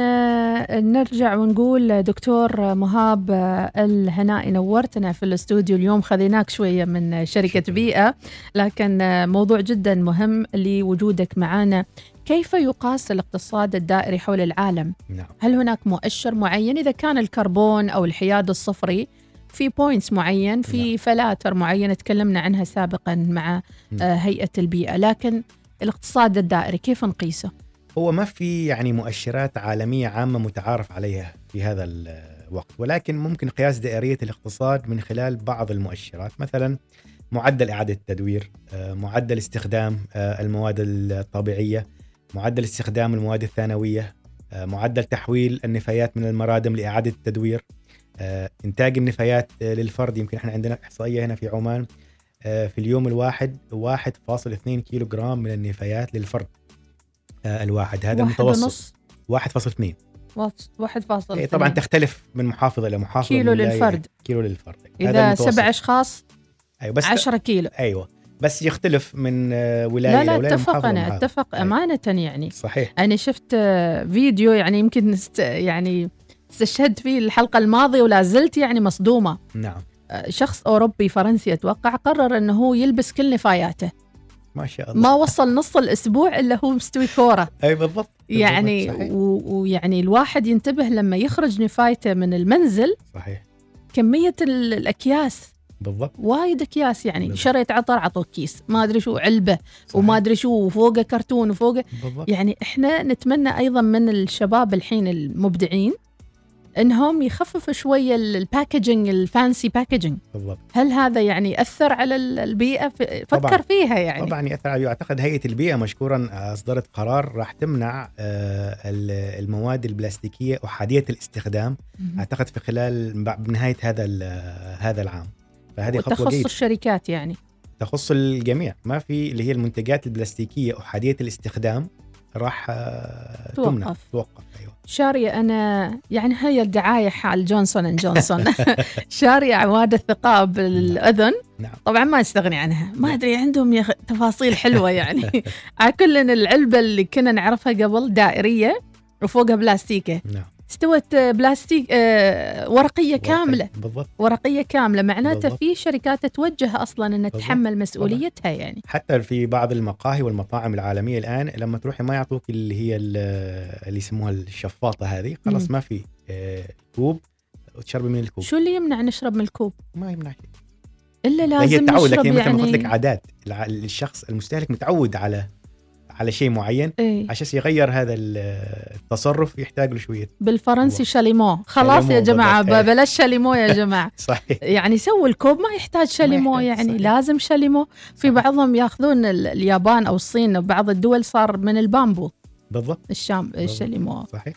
Speaker 2: نرجع ونقول دكتور مهاب الهنائي، نورتنا في الاستوديو اليوم، خذيناك شوية من شركة بيئة، لكن موضوع جدا مهم لوجودك معنا. كيف يقاس الاقتصاد الدائري حول العالم؟
Speaker 4: نعم.
Speaker 2: هل هناك مؤشر معين؟ إذا كان الكربون أو الحياد الصفري في بوينتس معين، في نعم. فلاتر معينة تكلمنا عنها سابقا مع نعم. هيئة البيئة، لكن الاقتصاد الدائري كيف نقيسه؟
Speaker 4: هو ما في يعني مؤشرات عالمية عامة متعارف عليها في هذا الوقت، ولكن ممكن قياس دائرية الاقتصاد من خلال بعض المؤشرات، مثلا معدل إعادة التدوير، معدل استخدام المواد الطبيعية، معدل استخدام المواد الثانوية، معدل تحويل النفايات من المرادم لإعادة التدوير، إنتاج النفايات للفرد. يمكن إحنا عندنا إحصائية هنا في عمان في اليوم الواحد واحد فاصلة اثنين كيلو جرام من النفايات للفرد الواحد. هذا المتوسط واحد فاصلة اثنين
Speaker 2: واحد فاصلة اثنين.
Speaker 4: طبعا تختلف من محافظة إلى محافظة.
Speaker 2: كيلو للفرد.
Speaker 4: كيلو للفرد.
Speaker 2: إذا سبع أشخاص
Speaker 4: أيوة بس
Speaker 2: عشرة كيلو.
Speaker 4: أيوة بس يختلف من ولاية
Speaker 2: لا لا
Speaker 4: إلى
Speaker 2: اتفق أنا اتفق
Speaker 4: أيوة.
Speaker 2: أمانة يعني
Speaker 4: صحيح.
Speaker 2: أنا شفت فيديو يعني يمكن است يعني استشهدت فيه الحلقة الماضية ولا زلت يعني مصدومة.
Speaker 4: نعم.
Speaker 2: شخص أوروبي فرنسي أتوقع قرر أنه هو يلبس كل نفاياته.
Speaker 4: ما شاء الله.
Speaker 2: ما وصل نص الأسبوع إلا هو مستوي كورة.
Speaker 4: أي بالضبط.
Speaker 2: يعني ويعني الواحد ينتبه لما يخرج نفايته من المنزل.
Speaker 4: صحيح.
Speaker 2: كمية الأكياس.
Speaker 4: بالضبط.
Speaker 2: وايد أكياس يعني بالضبط. شريت عطر عطوك كيس، ما أدري شو علبة. صحيح. وما أدري شو وفوقه كرتون وفوقه.
Speaker 4: بالضبط.
Speaker 2: يعني إحنا نتمنى أيضا من الشباب الحين المبدعين إنهم يخففوا شوية الباكجينج الفانسي باكجينج.
Speaker 4: بالضبط.
Speaker 2: هل هذا يعني أثر على البيئة؟ فكر طبعًا. فيها يعني.
Speaker 4: طبعا يأثر على. أعتقد هيئة البيئة مشكورا أصدرت قرار راح تمنع المواد البلاستيكية أحادية الاستخدام. م- أعتقد في خلال بنهاية هذا هذا العام. فهذه خطوة جيدة.
Speaker 2: تخص الشركات يعني.
Speaker 4: تخص الجميع. ما في اللي هي المنتجات البلاستيكية أحادية الاستخدام راح تمنع. توقف. أيوة.
Speaker 2: شارية أنا يعني هي الدعاية حال جونسون أند جونسون. شارية عواد الثقاب الأذن.
Speaker 4: نعم.
Speaker 2: طبعا ما نستغني عنها. ما أدري عندهم يخ... تفاصيل حلوة يعني. على كل العلبة اللي كنا نعرفها قبل دائرية وفوقها بلاستيكة.
Speaker 4: نعم.
Speaker 2: استوت بلاستيك آه ورقية كاملة.
Speaker 4: بالضبط.
Speaker 2: ورقية كاملة معناته في شركات تتوجه أصلاً أن تتحمل مسؤوليتها يعني.
Speaker 4: حتى في بعض المقاهي والمطاعم العالمية الآن لما تروحي ما يعطوك اللي هي اللي يسموها الشفاطة هذه. خلاص ما في كوب وتشربي من الكوب.
Speaker 2: شو اللي يمنع نشرب من الكوب؟
Speaker 4: ما يمنع شيء
Speaker 2: إلا لازم نشرب يعني.
Speaker 4: مثل ما قلت لك عادات الشخص المستهلك متعود على على شيء معين.
Speaker 2: إيه؟
Speaker 4: عشان يغير هذا التصرف يحتاج له شوية.
Speaker 2: بالفرنسي شاليمو. خلاص يا جماعة بلاش شاليمو يا جماعة.
Speaker 4: صحيح.
Speaker 2: يعني سووا الكوب ما يحتاج شاليمو يعني. صحيح. لازم شاليمو. في بعضهم ياخذون اليابان أو الصين وبعض الدول صار من البامبو.
Speaker 4: بالضبط.
Speaker 2: الشام الشاليمو.
Speaker 4: صحيح.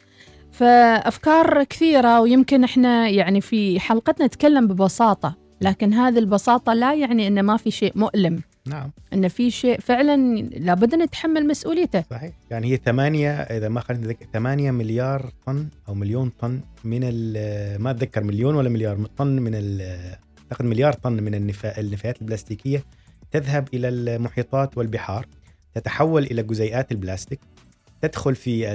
Speaker 2: فأفكار كثيرة ويمكن إحنا يعني في حلقتنا نتكلم ببساطة، لكن هذه البساطة لا يعني إن ما في شيء مؤلم.
Speaker 4: نعم.
Speaker 2: إن في شيء فعلا لابد نتحمل مسؤوليته.
Speaker 4: صحيح. يعني هي ثمانية إذا ما خلينا نذكر ثمانية مليار طن أو مليون طن من ما أتذكر مليون ولا مليار طن من أعتقد مليار طن من النفا... النفايات البلاستيكية تذهب إلى المحيطات والبحار، تتحول إلى جزيئات البلاستيك، تدخل في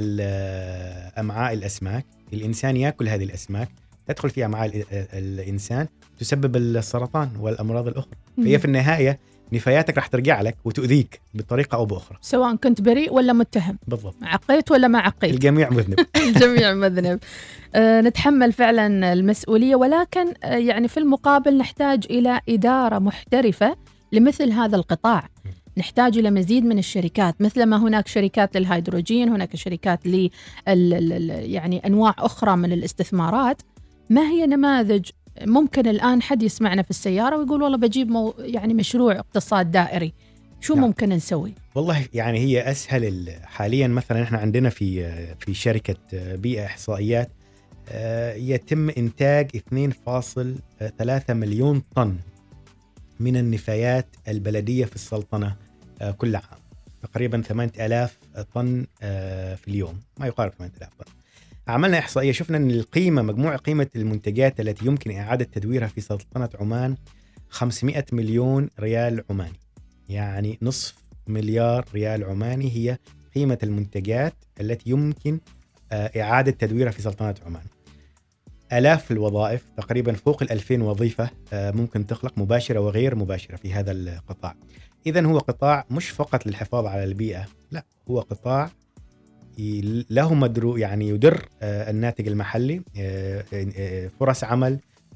Speaker 4: أمعاء الأسماك، الإنسان يأكل هذه الأسماك، تدخل في أمعاء الإنسان، تسبب السرطان والأمراض الأخرى. فهي في النهاية نفاياتك راح ترجع لك وتؤذيك بطريقة أو بأخرى،
Speaker 2: سواء كنت بريء ولا متهم.
Speaker 4: بالضبط.
Speaker 2: عقيت ولا ما عقيت،
Speaker 4: الجميع مذنب.
Speaker 2: الجميع مذنب. أه نتحمل فعلا المسؤولية، ولكن أه يعني في المقابل نحتاج إلى إدارة محترفة لمثل هذا القطاع. نحتاج إلى مزيد من الشركات، مثل ما هناك شركات للهيدروجين، هناك شركات ل يعني أنواع أخرى من الاستثمارات. ما هي نماذج ممكن الآن حد يسمعنا في السيارة ويقول والله بجيب مو يعني مشروع اقتصاد دائري، شو نعم. ممكن نسوي؟
Speaker 4: والله يعني هي أسهل حاليا. مثلا إحنا عندنا في في شركة بيئة إحصائيات يتم إنتاج اثنين فاصلة ثلاثة مليون طن من النفايات البلدية في السلطنة كل عام، تقريبا ثمانية آلاف طن في اليوم، ما يقارب ثمانية آلاف طن. عملنا إحصائية شفنا أن القيمة مجموع قيمة المنتجات التي يمكن إعادة تدويرها في سلطنة عمان خمسمائة مليون ريال عماني، يعني نصف مليار ريال عماني هي قيمة المنتجات التي يمكن إعادة تدويرها في سلطنة عمان. آلاف الوظائف، تقريبا فوق الألفين وظيفة ممكن تخلق مباشرة وغير مباشرة في هذا القطاع. إذن هو قطاع مش فقط للحفاظ على البيئة، لا هو قطاع له مدرو يعني يدر الناتج المحلي، فرص عمل،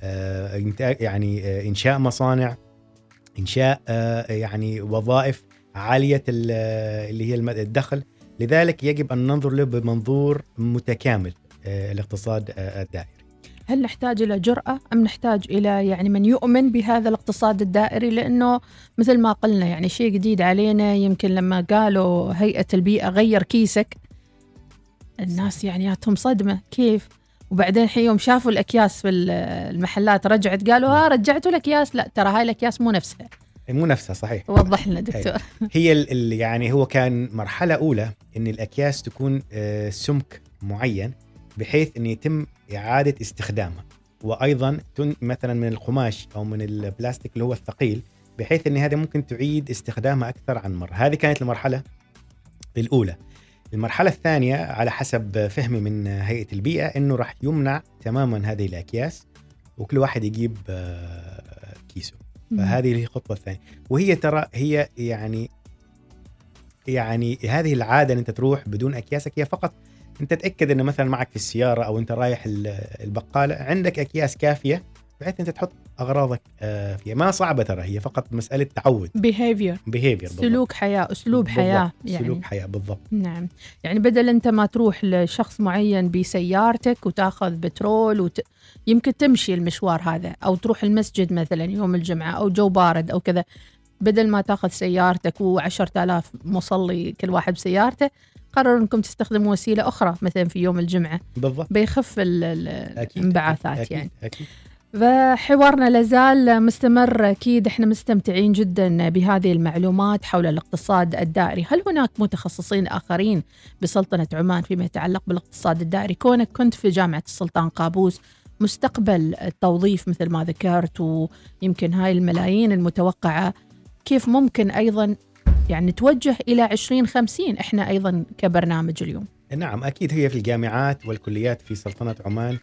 Speaker 4: يعني إنشاء مصانع، إنشاء يعني وظائف عالية اللي هي الدخل. لذلك يجب أن ننظر له بمنظور متكامل الاقتصاد الدائري.
Speaker 2: هل نحتاج إلى جرأة أم نحتاج إلى يعني من يؤمن بهذا الاقتصاد الدائري؟ لأنه مثل ما قلنا يعني شيء جديد علينا. يمكن لما قالوا هيئة البيئة غير كيسك، الناس يعني جاتهم صدمة كيف، وبعدين حين يوم شافوا الأكياس في المحلات رجعت قالوا ها رجعتوا الأكياس، لا ترى هاي الأكياس مو نفسها
Speaker 4: مو نفسها. صحيح،
Speaker 2: وضح لنا دكتور.
Speaker 4: هي ال يعني هو كان مرحلة أولى إن الأكياس تكون سمك معين بحيث أن يتم إعادة استخدامها، وأيضا مثلا من القماش أو من البلاستيك اللي هو الثقيل، بحيث أن هذا ممكن تعيد استخدامها أكثر عن مرة. هذه كانت المرحلة الأولى. المرحلة الثانية على حسب فهمي من هيئة البيئة أنه راح يمنع تماما هذه الأكياس وكل واحد يجيب كيسه. فهذه هي الخطوة الثانية، وهي ترى هي يعني يعني هذه العادة أن أنت تروح بدون أكياسك هي فقط أنت تتأكد أن مثلا معك في السيارة أو أنت رايح البقالة عندك أكياس كافية بحيث أنت تحط أغراضك فيها. ما صعبة ترى، هي فقط مسألة تعود.
Speaker 2: behavior
Speaker 4: behavior
Speaker 2: سلوك حياة، أسلوب
Speaker 4: بالضبط.
Speaker 2: حياة يعني.
Speaker 4: سلوك حياة بالضبط.
Speaker 2: نعم، يعني بدل أنت ما تروح لشخص معين بسيارتك وتأخذ بترول وت... يمكن تمشي المشوار هذا، أو تروح المسجد مثلا يوم الجمعة أو جو بارد أو كذا، بدل ما تأخذ سيارتك وعشرة آلاف مصلي كل واحد بسيارته، قرروا أنكم تستخدموا وسيلة أخرى مثلا في يوم الجمعة.
Speaker 4: بالضبط.
Speaker 2: بيخف الانبعاثات.
Speaker 4: أكيد.
Speaker 2: يعني
Speaker 4: أكيد.
Speaker 2: فحوارنا لازال مستمر. أكيد إحنا مستمتعين جدا بهذه المعلومات حول الاقتصاد الدائري. هل هناك متخصصين آخرين بسلطنة عمان فيما يتعلق بالاقتصاد الدائري؟ كونك كنت في جامعة السلطان قابوس، مستقبل التوظيف مثل ما ذكرت، ويمكن هاي الملايين المتوقعة، كيف ممكن أيضا يعني نتوجه إلى عشرين خمسين إحنا أيضا كبرنامج اليوم؟
Speaker 4: نعم أكيد. هي في الجامعات والكليات في سلطنة عمان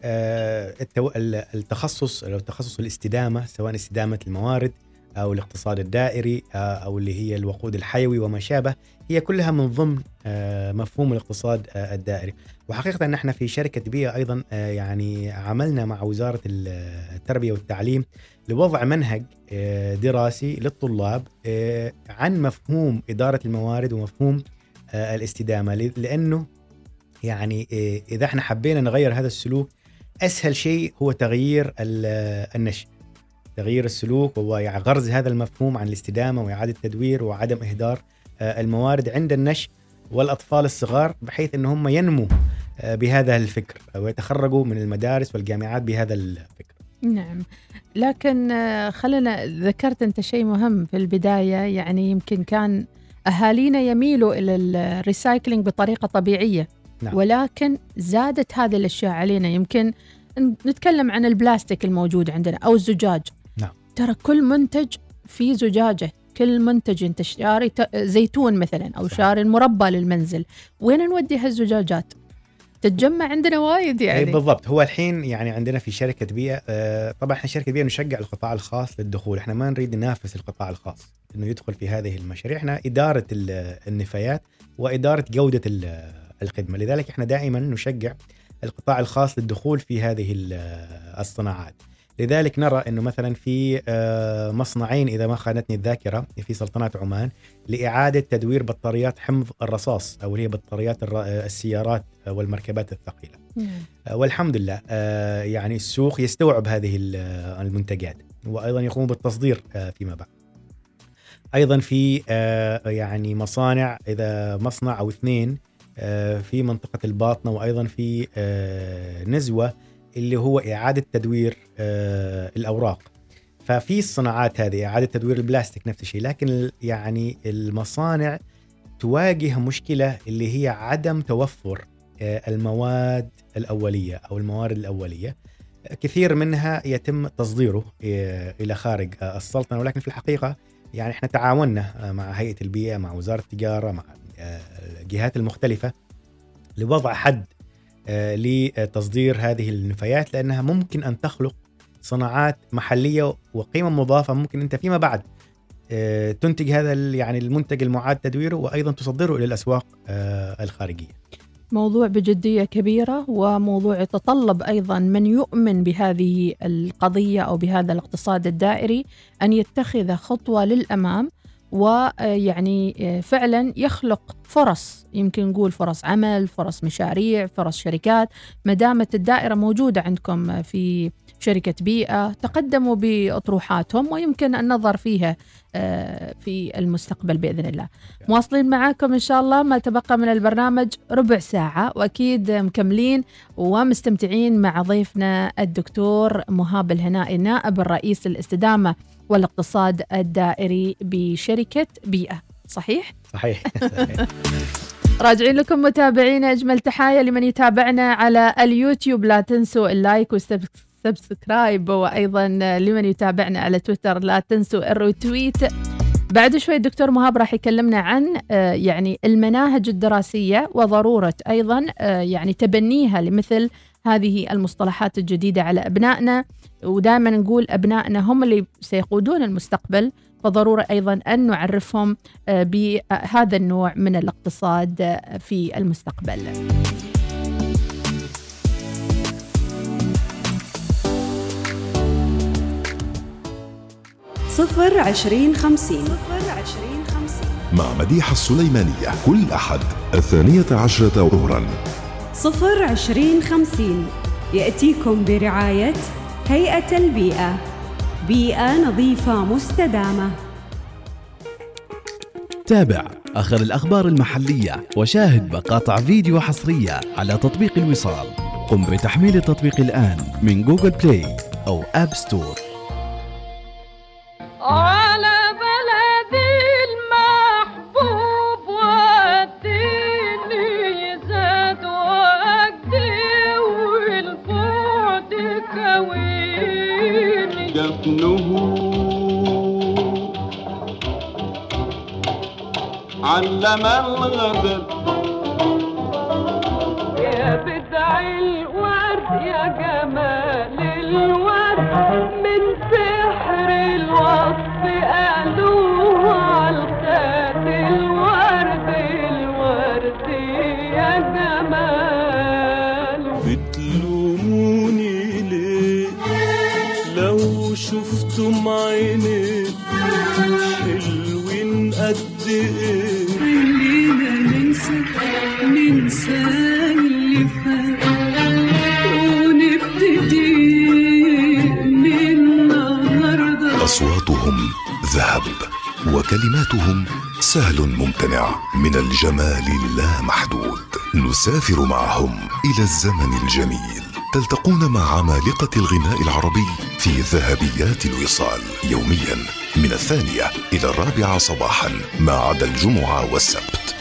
Speaker 4: التخصص أو تخصص الاستدامة، سواء استدامة الموارد أو الاقتصاد الدائري أو اللي هي الوقود الحيوي وما شابه، هي كلها من ضمن مفهوم الاقتصاد الدائري. وحقيقة نحن في شركة بيئة أيضا يعني عملنا مع وزارة التربية والتعليم لوضع منهج دراسي للطلاب عن مفهوم إدارة الموارد ومفهوم الاستدامة، لأنه يعني إذا احنا حبينا نغير هذا السلوك أسهل شيء هو تغيير النشء، تغيير السلوك وغرز هذا المفهوم عن الاستدامة وإعادة التدوير وعدم إهدار الموارد عند النشء والأطفال الصغار، بحيث أن هم ينموا بهذا الفكر ويتخرجوا من المدارس والجامعات بهذا الفكر.
Speaker 2: نعم، لكن خلنا ذكرت أنت شيء مهم في البداية، يعني يمكن كان أهالينا يميلوا إلى الريسايكلينج بطريقة طبيعية. نعم. ولكن زادت هذه الأشياء علينا. يمكن نتكلم عن البلاستيك الموجود عندنا أو الزجاج.
Speaker 4: نعم.
Speaker 2: ترى كل منتج فيه زجاجة، كل منتج انت شاري زيتون مثلا أو صح. شاري المربى للمنزل، وين نودي هالزجاجات؟ تتجمع عندنا وايد يعني.
Speaker 4: بالضبط. هو الحين يعني عندنا في شركة بيئة، آه طبعا احنا شركة بيئة نشجع القطاع الخاص للدخول، احنا ما نريد ننافس القطاع الخاص انه يدخل في هذه المشاريع، احنا إدارة النفايات وإدارة جودة الخدمة، لذلك احنا دائما نشجع القطاع الخاص للدخول في هذه الصناعات. لذلك نرى أنه مثلا في مصنعين إذا ما خانتني الذاكرة في سلطنة عمان لإعادة تدوير بطاريات حمض الرصاص أو هي بطاريات السيارات والمركبات الثقيلة. والحمد لله يعني السوق يستوعب هذه المنتجات وأيضا يقوم بالتصدير فيما بعد. أيضا في يعني مصانع إذا مصنع أو اثنين في منطقة الباطنة وأيضا في نزوة اللي هو إعادة تدوير الأوراق. ففي الصناعات هذه إعادة تدوير البلاستيك نفس الشيء، لكن يعني المصانع تواجه مشكلة اللي هي عدم توفر المواد الأولية أو الموارد الأولية. كثير منها يتم تصديره إلى خارج السلطنة، ولكن في الحقيقة يعني احنا تعاوننا مع هيئة البيئة مع وزارة التجارة مع الجهات المختلفة لوضع حد لتصدير هذه النفايات، لأنها ممكن أن تخلق صناعات محلية وقيمة مضافة ممكن أنت فيما بعد تنتج هذا يعني المنتج المعاد تدويره وأيضا تصدره إلى الأسواق الخارجية.
Speaker 2: موضوع بجدية كبيرة، وموضوع يتطلب أيضا من يؤمن بهذه القضية أو بهذا الاقتصاد الدائري أن يتخذ خطوة للأمام، ويعني فعلا يخلق فرص، يمكن نقول فرص عمل، فرص مشاريع، فرص شركات. ما دامت الدائرة موجودة عندكم في شركة بيئة تقدموا بأطروحاتهم ويمكن النظر فيها في المستقبل بإذن الله. مواصلين معاكم إن شاء الله، ما تبقى من البرنامج ربع ساعة، وأكيد مكملين ومستمتعين مع ضيفنا الدكتور مهاب الهنائي نائب الرئيس للاستدامة والاقتصاد الدائري بشركة بيئة. صحيح؟
Speaker 4: صحيح.
Speaker 2: راجعين لكم متابعين، أجمل تحايا لمن يتابعنا على اليوتيوب، لا تنسوا اللايك والسبسكرايب، وأيضا لمن يتابعنا على تويتر لا تنسوا الروتويت. بعد شوي الدكتور مهاب راح يكلمنا عن يعني المناهج الدراسية وضرورة أيضا يعني تبنيها لمثل هذه المصطلحات الجديدة على أبنائنا، ودائما نقول أبنائنا هم اللي سيقودون المستقبل، فضرورة أيضا أن نعرفهم بهذا النوع من الاقتصاد في المستقبل.
Speaker 3: صفر عشرين خمسين
Speaker 1: مع مديحة السليمانية كل أحد الثانية عشرة ظهرا.
Speaker 3: صفر عشرين خمسين يأتيكم برعاية هيئة البيئة، بيئة نظيفة مستدامة.
Speaker 5: تابع آخر الأخبار المحلية وشاهد مقاطع فيديو حصرية على تطبيق الوصال. قم بتحميل التطبيق الآن من جوجل بلاي أو آب ستور.
Speaker 7: على بلدي المحبوب والدين زاد وجدي والبعد كويني
Speaker 8: جفنه علم الغدر
Speaker 7: يا بدع الورد يا جمال الورد من سحر الوصف قالوا عالخد الورد الورد يا جمال.
Speaker 8: بتلوموني ليه لو شفتم عيني حلوين قد ايه؟
Speaker 9: خلينا ننسى ننسى اللي فات ونبتدي من النهارده.
Speaker 1: أصواتهم ذهب وكلماتهم سهل ممتنع من الجمال اللامحدود. نسافر معهم إلى الزمن الجميل، تلتقون مع عمالقة الغناء العربي في ذهبيات الوصال يوميا من الثانية إلى الرابعة صباحا ما عدا الجمعة والسبت.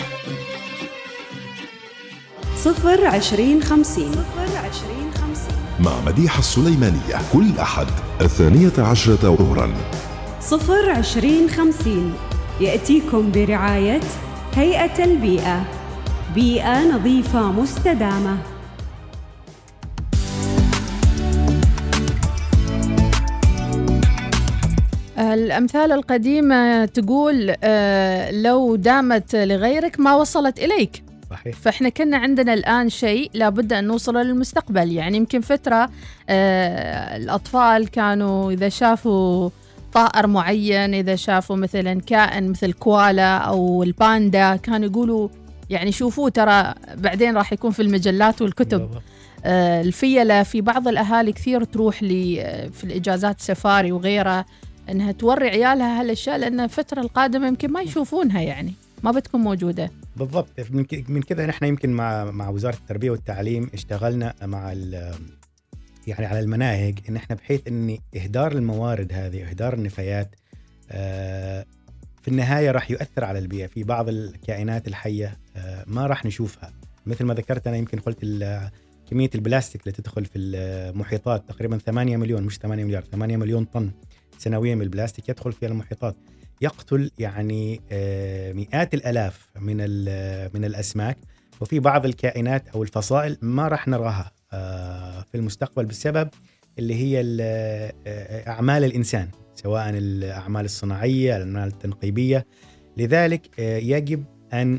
Speaker 3: صفر عشرين خمسين
Speaker 1: مع مديحة السليمانية كل أحد الثانية عشرة ظهرا.
Speaker 3: صفر عشرين خمسين يأتيكم برعاية هيئة البيئة، بيئة نظيفة مستدامة.
Speaker 2: الأمثال القديمة تقول لو دامت لغيرك ما وصلت إليك.
Speaker 4: صحيح.
Speaker 2: فإحنا كنا عندنا الآن شيء لابد أن نوصل للمستقبل. يعني يمكن فترة آه الأطفال كانوا إذا شافوا طائر معين، إذا شافوا مثلا كائن مثل كوالا أو الباندا، كانوا يقولوا يعني شوفوه ترى بعدين راح يكون في المجلات والكتب. آه الفيلة في بعض الأهالي كثير تروح لي في الإجازات سفاري وغيرها أنها توري عيالها هالأشياء، لأن الفترة القادمة يمكن ما يشوفونها، يعني ما بتكون موجودة.
Speaker 4: بالضبط. من كذا نحن يمكن مع مع وزارة التربية والتعليم اشتغلنا مع يعني على المناهج إن احنا بحيث إن إهدار الموارد هذه، إهدار النفايات آه في النهاية راح يؤثر على البيئة. في بعض الكائنات الحية آه ما راح نشوفها، مثل ما ذكرت أنا يمكن قلت كمية البلاستيك اللي تدخل في المحيطات تقريبا ثمانية مليون، مش ثمانية مليار، ثمانية مليون طن سنويا من البلاستيك يدخل في المحيطات، يقتل يعني مئات الآلاف من من الأسماك. وفي بعض الكائنات أو الفصائل ما راح نراها في المستقبل بسبب اللي هي أعمال الإنسان، سواء الأعمال الصناعية، الأعمال التنقيبية. لذلك يجب أن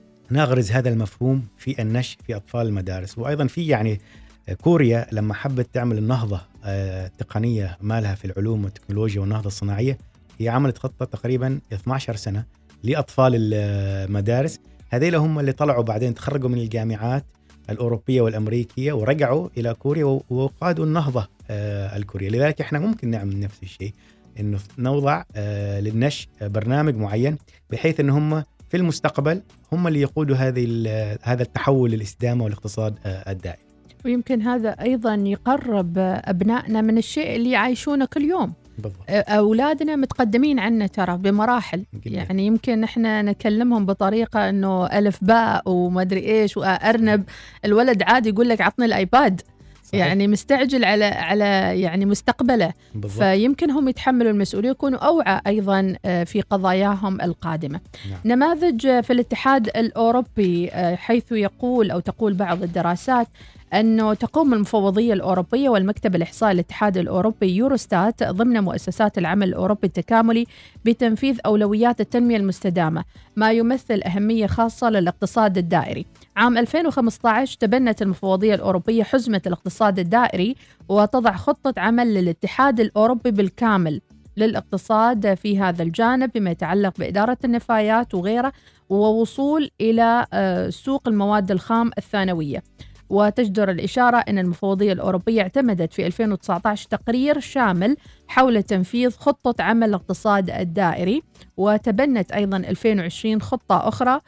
Speaker 4: نغرز هذا المفهوم في النشء في أطفال المدارس. وأيضا في يعني كوريا لما حبت تعمل النهضة التقنية مالها في العلوم والتكنولوجيا والنهضة الصناعية، هي عملت خطة تقريبا اثنتي عشرة سنة لأطفال المدارس. هذيل هم اللي طلعوا بعدين تخرجوا من الجامعات الأوروبية والأمريكية ورجعوا إلى كوريا وقادوا النهضة الكورية. لذلك احنا ممكن نعمل نفس الشيء، إنه نوضع للنشء برنامج معين بحيث إن هم في المستقبل هم اللي يقودوا هذه هذا التحول للاستدامة والاقتصاد الدائم.
Speaker 2: ويمكن هذا أيضا يقرب أبنائنا من الشيء اللي يعيشونه كل يوم.
Speaker 4: بالضبط.
Speaker 2: أولادنا متقدمين عنا ترى بمراحل جدا. يعني يمكن إحنا نكلمهم بطريقة إنه ألف باء وما أدري إيش وأرنب، الولد عادي يقول لك عطني الآيباد. صحيح. يعني مستعجل على على يعني مستقبله. بالضبط. فيمكن هم يتحملوا المسؤولية، يكونوا أوعى أيضا في قضاياهم القادمة. نعم. نماذج في الاتحاد الأوروبي حيث يقول أو تقول بعض الدراسات أنه تقوم المفوضية الأوروبية والمكتب الإحصائي الاتحاد الأوروبي يوروستات ضمن مؤسسات العمل الأوروبي التكاملي بتنفيذ أولويات التنمية المستدامة، ما يمثل أهمية خاصة للاقتصاد الدائري. عام ألفين وخمسة عشر تبنت المفوضية الأوروبية حزمة الاقتصاد الدائري وتضع خطة عمل للاتحاد الأوروبي بالكامل للاقتصاد في هذا الجانب بما يتعلق بإدارة النفايات وغيره، ووصول إلى سوق المواد الخام الثانوية. وتجدر الإشارة أن المفوضية الأوروبية اعتمدت في ألفين وتسعة عشر تقرير شامل حول تنفيذ خطة عمل الاقتصاد الدائري، وتبنت أيضا ألفين وعشرين خطة أخرى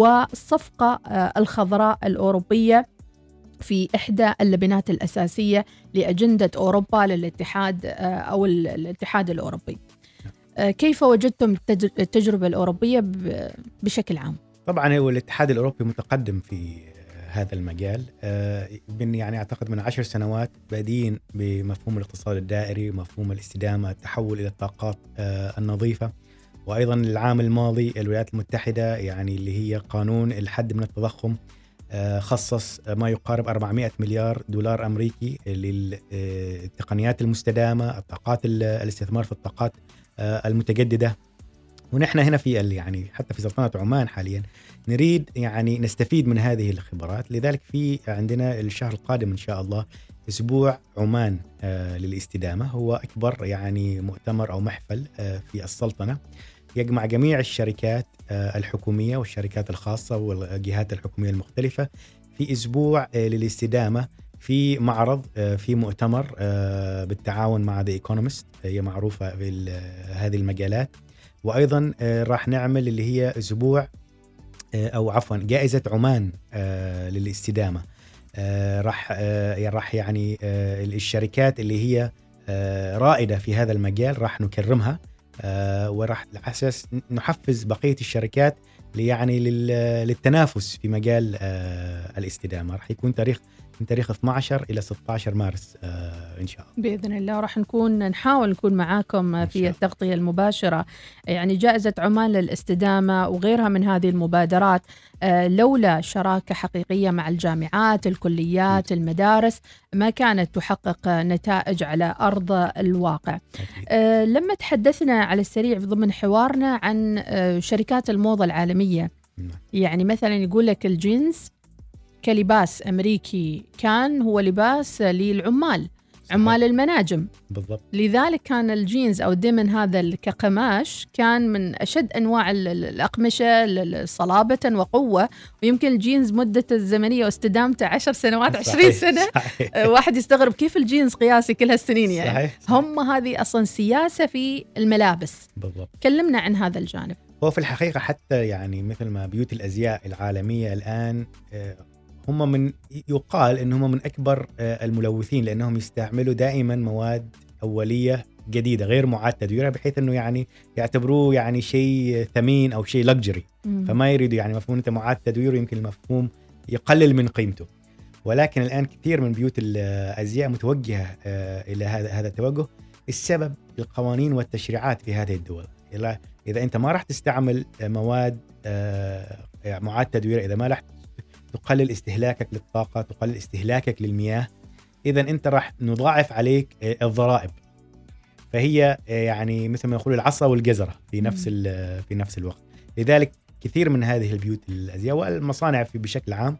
Speaker 2: والصفقة الخضراء الأوروبية في إحدى اللبنات الأساسية لأجندة أوروبا للاتحاد أو الاتحاد الأوروبي. كيف وجدتم التجربة الأوروبية بشكل عام؟
Speaker 4: طبعا هو الاتحاد الأوروبي متقدم في هذا المجال، من يعني أعتقد من عشر سنوات بادين بمفهوم الاقتصاد الدائري، مفهوم الاستدامة، التحول إلى الطاقات النظيفة. وأيضا العام الماضي الولايات المتحدة يعني اللي هي قانون الحد من التضخم خصص ما يقارب أربعمائة مليار دولار أمريكي للتقنيات المستدامة، الطاقات الاستثمار في الطاقات المتجددة. ونحن هنا في يعني حتى في سلطنة عمان حاليا نريد يعني نستفيد من هذه الخبرات. لذلك في عندنا الشهر القادم إن شاء الله أسبوع عمان آه للاستدامة، هو أكبر يعني مؤتمر أو محفل آه في السلطنة يجمع جميع الشركات آه الحكومية والشركات الخاصة والجهات الحكومية المختلفة في أسبوع آه للاستدامة في معرض آه في مؤتمر آه بالتعاون مع The Economist، هي معروفة في هذه المجالات. وأيضا آه راح نعمل اللي هي أسبوع آه أو عفوا جائزة عمان آه للاستدامة. آه راح آه راح يعني آه الشركات اللي هي آه رائدة في هذا المجال راح نكرمها، آه وراح على أساس نحفز بقية الشركات يعني للتنافس في مجال آه الاستدامة. راح يكون تاريخ من تاريخ اثني عشر إلى ستة عشر مارس آه إن شاء الله
Speaker 2: بإذن الله. راح نكون نحاول نكون معاكم في التغطية المباشرة. يعني جائزة عمان للاستدامة وغيرها من هذه المبادرات آه لولا شراكة حقيقية مع الجامعات، الكليات، المدارس ما كانت تحقق نتائج على أرض الواقع. آه لما تحدثنا على السريع ضمن حوارنا عن آه شركات الموضة العالمية يعني مثلا يقول لك الجينز كلباس أمريكي كان هو لباس للعمال، صحيح. عمال المناجم
Speaker 4: بالضبط.
Speaker 2: لذلك كان الجينز أو الدمن هذا كقماش كان من أشد أنواع الأقمشة صلابة وقوة، ويمكن الجينز مدة الزمنية واستدامته عشر سنوات عشرين سنة. صحيح. واحد يستغرب كيف الجينز قياسي كل هالسنين يعني. صحيح. صحيح. هم هذه أصلا سياسة في الملابس.
Speaker 4: بالضبط.
Speaker 2: كلمنا عن هذا الجانب.
Speaker 4: هو في الحقيقة حتى يعني مثل ما بيوت الأزياء العالمية الآن هم من يقال إنهم من أكبر الملوثين، لأنهم يستعملوا دائما مواد أولية جديدة غير معاد تدويرها، بحيث إنه يعني يعتبروه يعني شيء ثمين أو شيء لكجري، فما يريدوا يعني مفهوم أنت معاد تدويره يمكن المفهوم يقلل من قيمته. ولكن الآن كثير من بيوت الأزياء متوجهة إلى هذا هذا التوجه. السبب القوانين والتشريعات في هذه الدول. إذا أنت ما راح تستعمل مواد معاد تدوير، إذا ما راح تقلل استهلاكك للطاقة، تقلل استهلاكك للمياه، إذا أنت راح نضاعف عليك الضرائب. فهي يعني مثل ما يقول العصا والجزرة في نفس في نفس الوقت. لذلك كثير من هذه البيوت الأزياء والمصانع في بشكل عام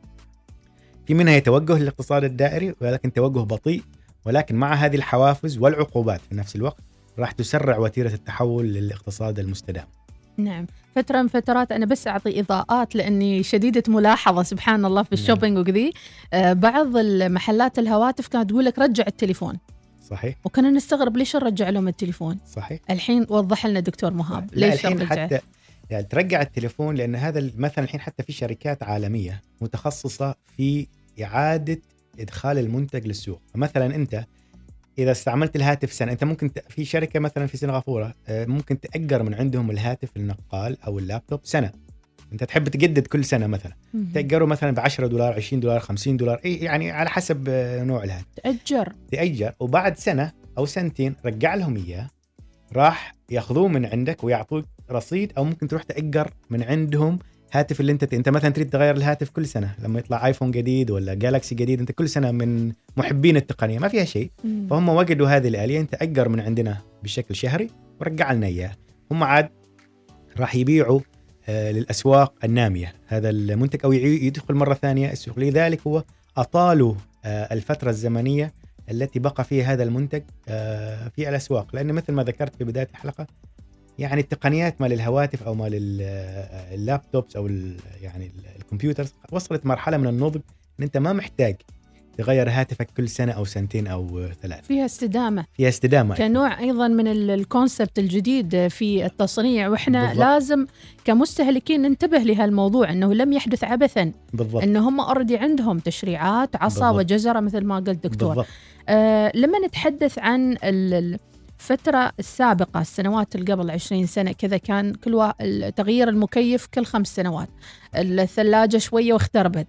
Speaker 4: في منها يتوجه للاقتصاد الدائري، ولكن توجه بطيء، ولكن مع هذه الحوافز والعقوبات في نفس الوقت راح تسرع وتيرة التحول للاقتصاد المستدام.
Speaker 2: نعم. فترة من فترات أنا بس أعطي إضاءات لأني شديدة ملاحظة سبحان الله في الشوبينج وكذي، آه بعض المحلات الهواتف كانت تقول لك رجع التليفون.
Speaker 4: صحيح.
Speaker 2: وكنا نستغرب ليش نرجع لهم التليفون.
Speaker 4: صحيح.
Speaker 2: الحين وضح لنا دكتور مهاب ليش
Speaker 4: الحين حتى يعني ترجع التليفون، لأن هذا مثلا الحين حتى في شركات عالمية متخصصة في إعادة إدخال المنتج للسوق. مثلا أنت إذا استعملت الهاتف سنة، أنت ممكن ت... في شركة مثلا في سنغافورة ممكن تأجر من عندهم الهاتف النقال أو اللابتوب سنة. أنت تحب تجدد كل سنة مثلا، تأجره مثلا بعشرة دولار، عشرين دولار، خمسين دولار، إيه يعني على حسب نوع الهاتف.
Speaker 2: تأجر
Speaker 4: تأجر وبعد سنة أو سنتين رجع لهم إياه، راح يأخذوه من عندك ويعطوك رصيد، أو ممكن تروح تأجر من عندهم هاتف اللي انت انت مثلا تريد تغير الهاتف كل سنه، لما يطلع ايفون جديد ولا جالكسي جديد، انت كل سنه من محبين التقنيه ما فيها شيء، فهم وجدوا هذه الاليه، انت اجر من عندنا بشكل شهري ورجع لنا اياه. هم عاد راح يبيعوا آه للاسواق الناميه هذا المنتج، او يدخل مره ثانيه السوق. لذلك هو اطالوا آه الفتره الزمنيه التي بقى فيها هذا المنتج آه في الاسواق، لان مثل ما ذكرت في بدايه الحلقه يعني التقنيات مال الهواتف او مال اللابتوبس او يعني الكمبيوترز وصلت مرحله من النضج ان انت ما محتاج تغير هاتفك كل سنه او سنتين او ثلاث.
Speaker 2: فيها استدامه
Speaker 4: فيها استدامه
Speaker 2: كنوع ايضا من الكونسبت الجديد في التصنيع، واحنا بالضبط. لازم كمستهلكين ننتبه لهالموضوع انه لم يحدث عبثا.
Speaker 4: بالضبط.
Speaker 2: انه هم اوريدي عندهم تشريعات عصا وجزره مثل ما قلت دكتور. آه لما نتحدث عن ال الفترة السابقة السنوات اللي قبل عشرين سنة كذا كان كل وا... تغيير المكيف كل خمس سنوات، الثلاجة شوية واختربت.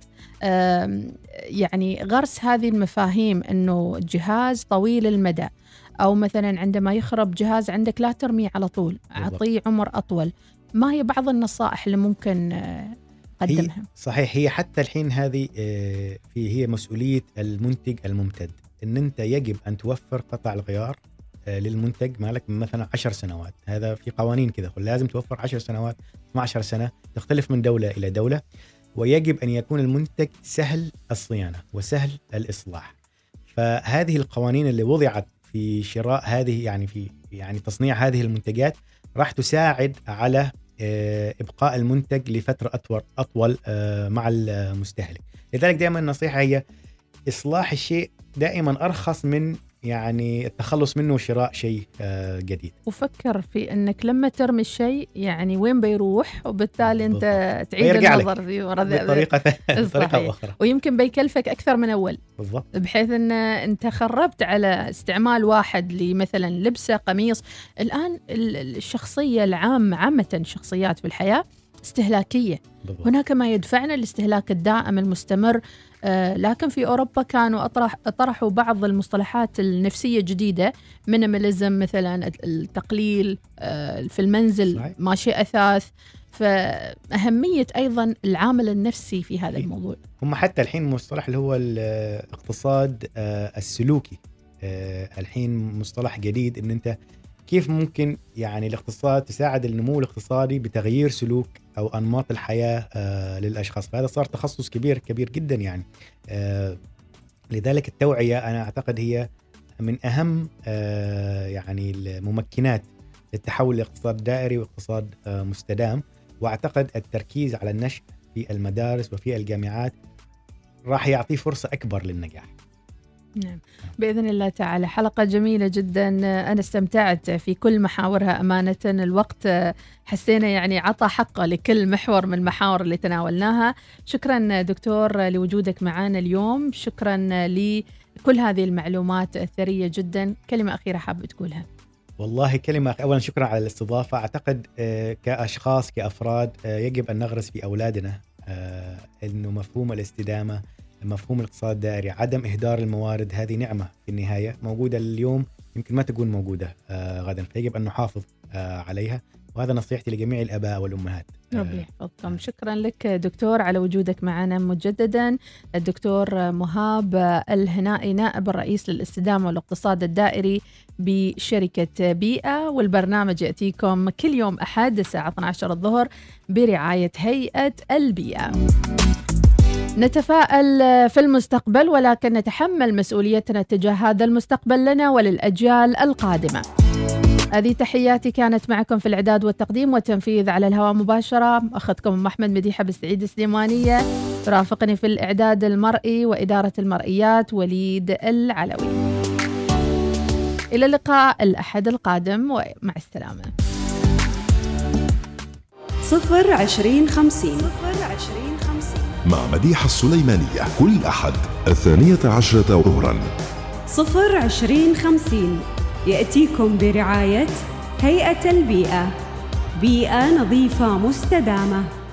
Speaker 2: يعني غرس هذه المفاهيم أنه جهاز طويل المدى، أو مثلا عندما يخرب جهاز عندك لا ترميه على طول، أعطيه عمر أطول. ما هي بعض النصائح اللي ممكن قدمها؟
Speaker 4: صحيح. هي حتى الحين هذه في هي مسؤولية المنتج الممتد، أن أنت يجب أن توفر قطع الغيار للمنتج مالك من مثلا عشر سنوات. هذا في قوانين كذا لازم توفر عشر سنوات، اثنتي عشرة سنة، تختلف من دولة إلى دولة. ويجب أن يكون المنتج سهل الصيانة وسهل الإصلاح. فهذه القوانين اللي وضعت في شراء هذه يعني في يعني تصنيع هذه المنتجات راح تساعد على إبقاء المنتج لفترة أطول أطول مع المستهلك. لذلك دائما النصيحة هي إصلاح الشيء دائما أرخص من يعني التخلص منه وشراء شيء جديد.
Speaker 2: وفكر في أنك لما ترمي الشيء يعني وين بيروح، وبالتالي أنت تعيد النظر فيه
Speaker 4: بطريقة طريقة أخرى،
Speaker 2: ويمكن بيكلفك أكثر من أول.
Speaker 4: بالضبط.
Speaker 2: بحيث أن أنت خربت على استعمال واحد لمثلا لبسة قميص. الآن الشخصية العامة عامة الشخصيات في الحياة استهلاكية. بالضبط. هناك ما يدفعنا الاستهلاك الدائم المستمر. آه لكن في أوروبا كانوا أطرح طرحوا بعض المصطلحات النفسية الجديدة، مينيماليزم مثلا، التقليل آه في المنزل. صحيح. ماشي أثاث. فأهمية أيضا العامل النفسي في هذا الموضوع.
Speaker 4: هم حتى الحين مصطلح اللي هو الاقتصاد آه السلوكي، آه الحين مصطلح جديد، إن أنت كيف ممكن يعني الاقتصاد تساعد النمو الاقتصادي بتغيير سلوك أو أنماط الحياة آه للأشخاص. فهذا صار تخصص كبير كبير جدا يعني. آه لذلك التوعية أنا أعتقد هي من أهم آه يعني الممكنات للتحول لاقتصاد دائري واقتصاد آه مستدام. وأعتقد التركيز على النشء في المدارس وفي الجامعات راح يعطيه فرصة أكبر للنجاح.
Speaker 2: نعم بإذن الله تعالى. حلقة جميلة جدا، أنا استمتعت في كل محاورها أمانة. الوقت حسينا يعني عطى حقه لكل محور من المحاور اللي تناولناها. شكرا دكتور لوجودك معنا اليوم، شكرا لكل هذه المعلومات الثرية جدا. كلمة أخيرة حابة تقولها؟
Speaker 4: والله كلمة أولا شكرا على الاستضافة. أعتقد كأشخاص كأفراد يجب أن نغرس في أولادنا أنه مفهوم الاستدامة، مفهوم الاقتصاد الدائري، عدم إهدار الموارد، هذه نعمة في النهاية موجودة اليوم يمكن ما تكون موجودة آه غدا، فيجب أن نحافظ آه عليها. وهذا نصيحتي لجميع الآباء والأمهات.
Speaker 2: ربي يحفظكم. آه. شكرا لك دكتور على وجودك معنا مجددا. الدكتور مهاب الهنائي نائب الرئيس للاستدامة والاقتصاد الدائري بشركة بيئة، والبرنامج يأتيكم كل يوم أحد الساعة اثنتي عشرة الظهر برعاية هيئة البيئة. نتفائل في المستقبل ولكن نتحمل مسؤوليتنا تجاه هذا المستقبل لنا وللأجيال القادمة. هذه تحياتي، كانت معكم في الإعداد والتقديم والتنفيذ على الهواء مباشرة أخذكم أم أحمد مديحة بالسعيد السليمانية. رافقني في الإعداد المرئي وإدارة المرئيات وليد العلوي. إلى اللقاء الأحد القادم ومع السلامة.
Speaker 3: صفر عشرين خمسين صفر عشرين خمسين
Speaker 1: مع مديحة السليمانية كل أحد الثانية عشرة ظهرا.
Speaker 3: صفر عشرين خمسين يأتيكم برعاية هيئة البيئة، بيئة نظيفة مستدامة.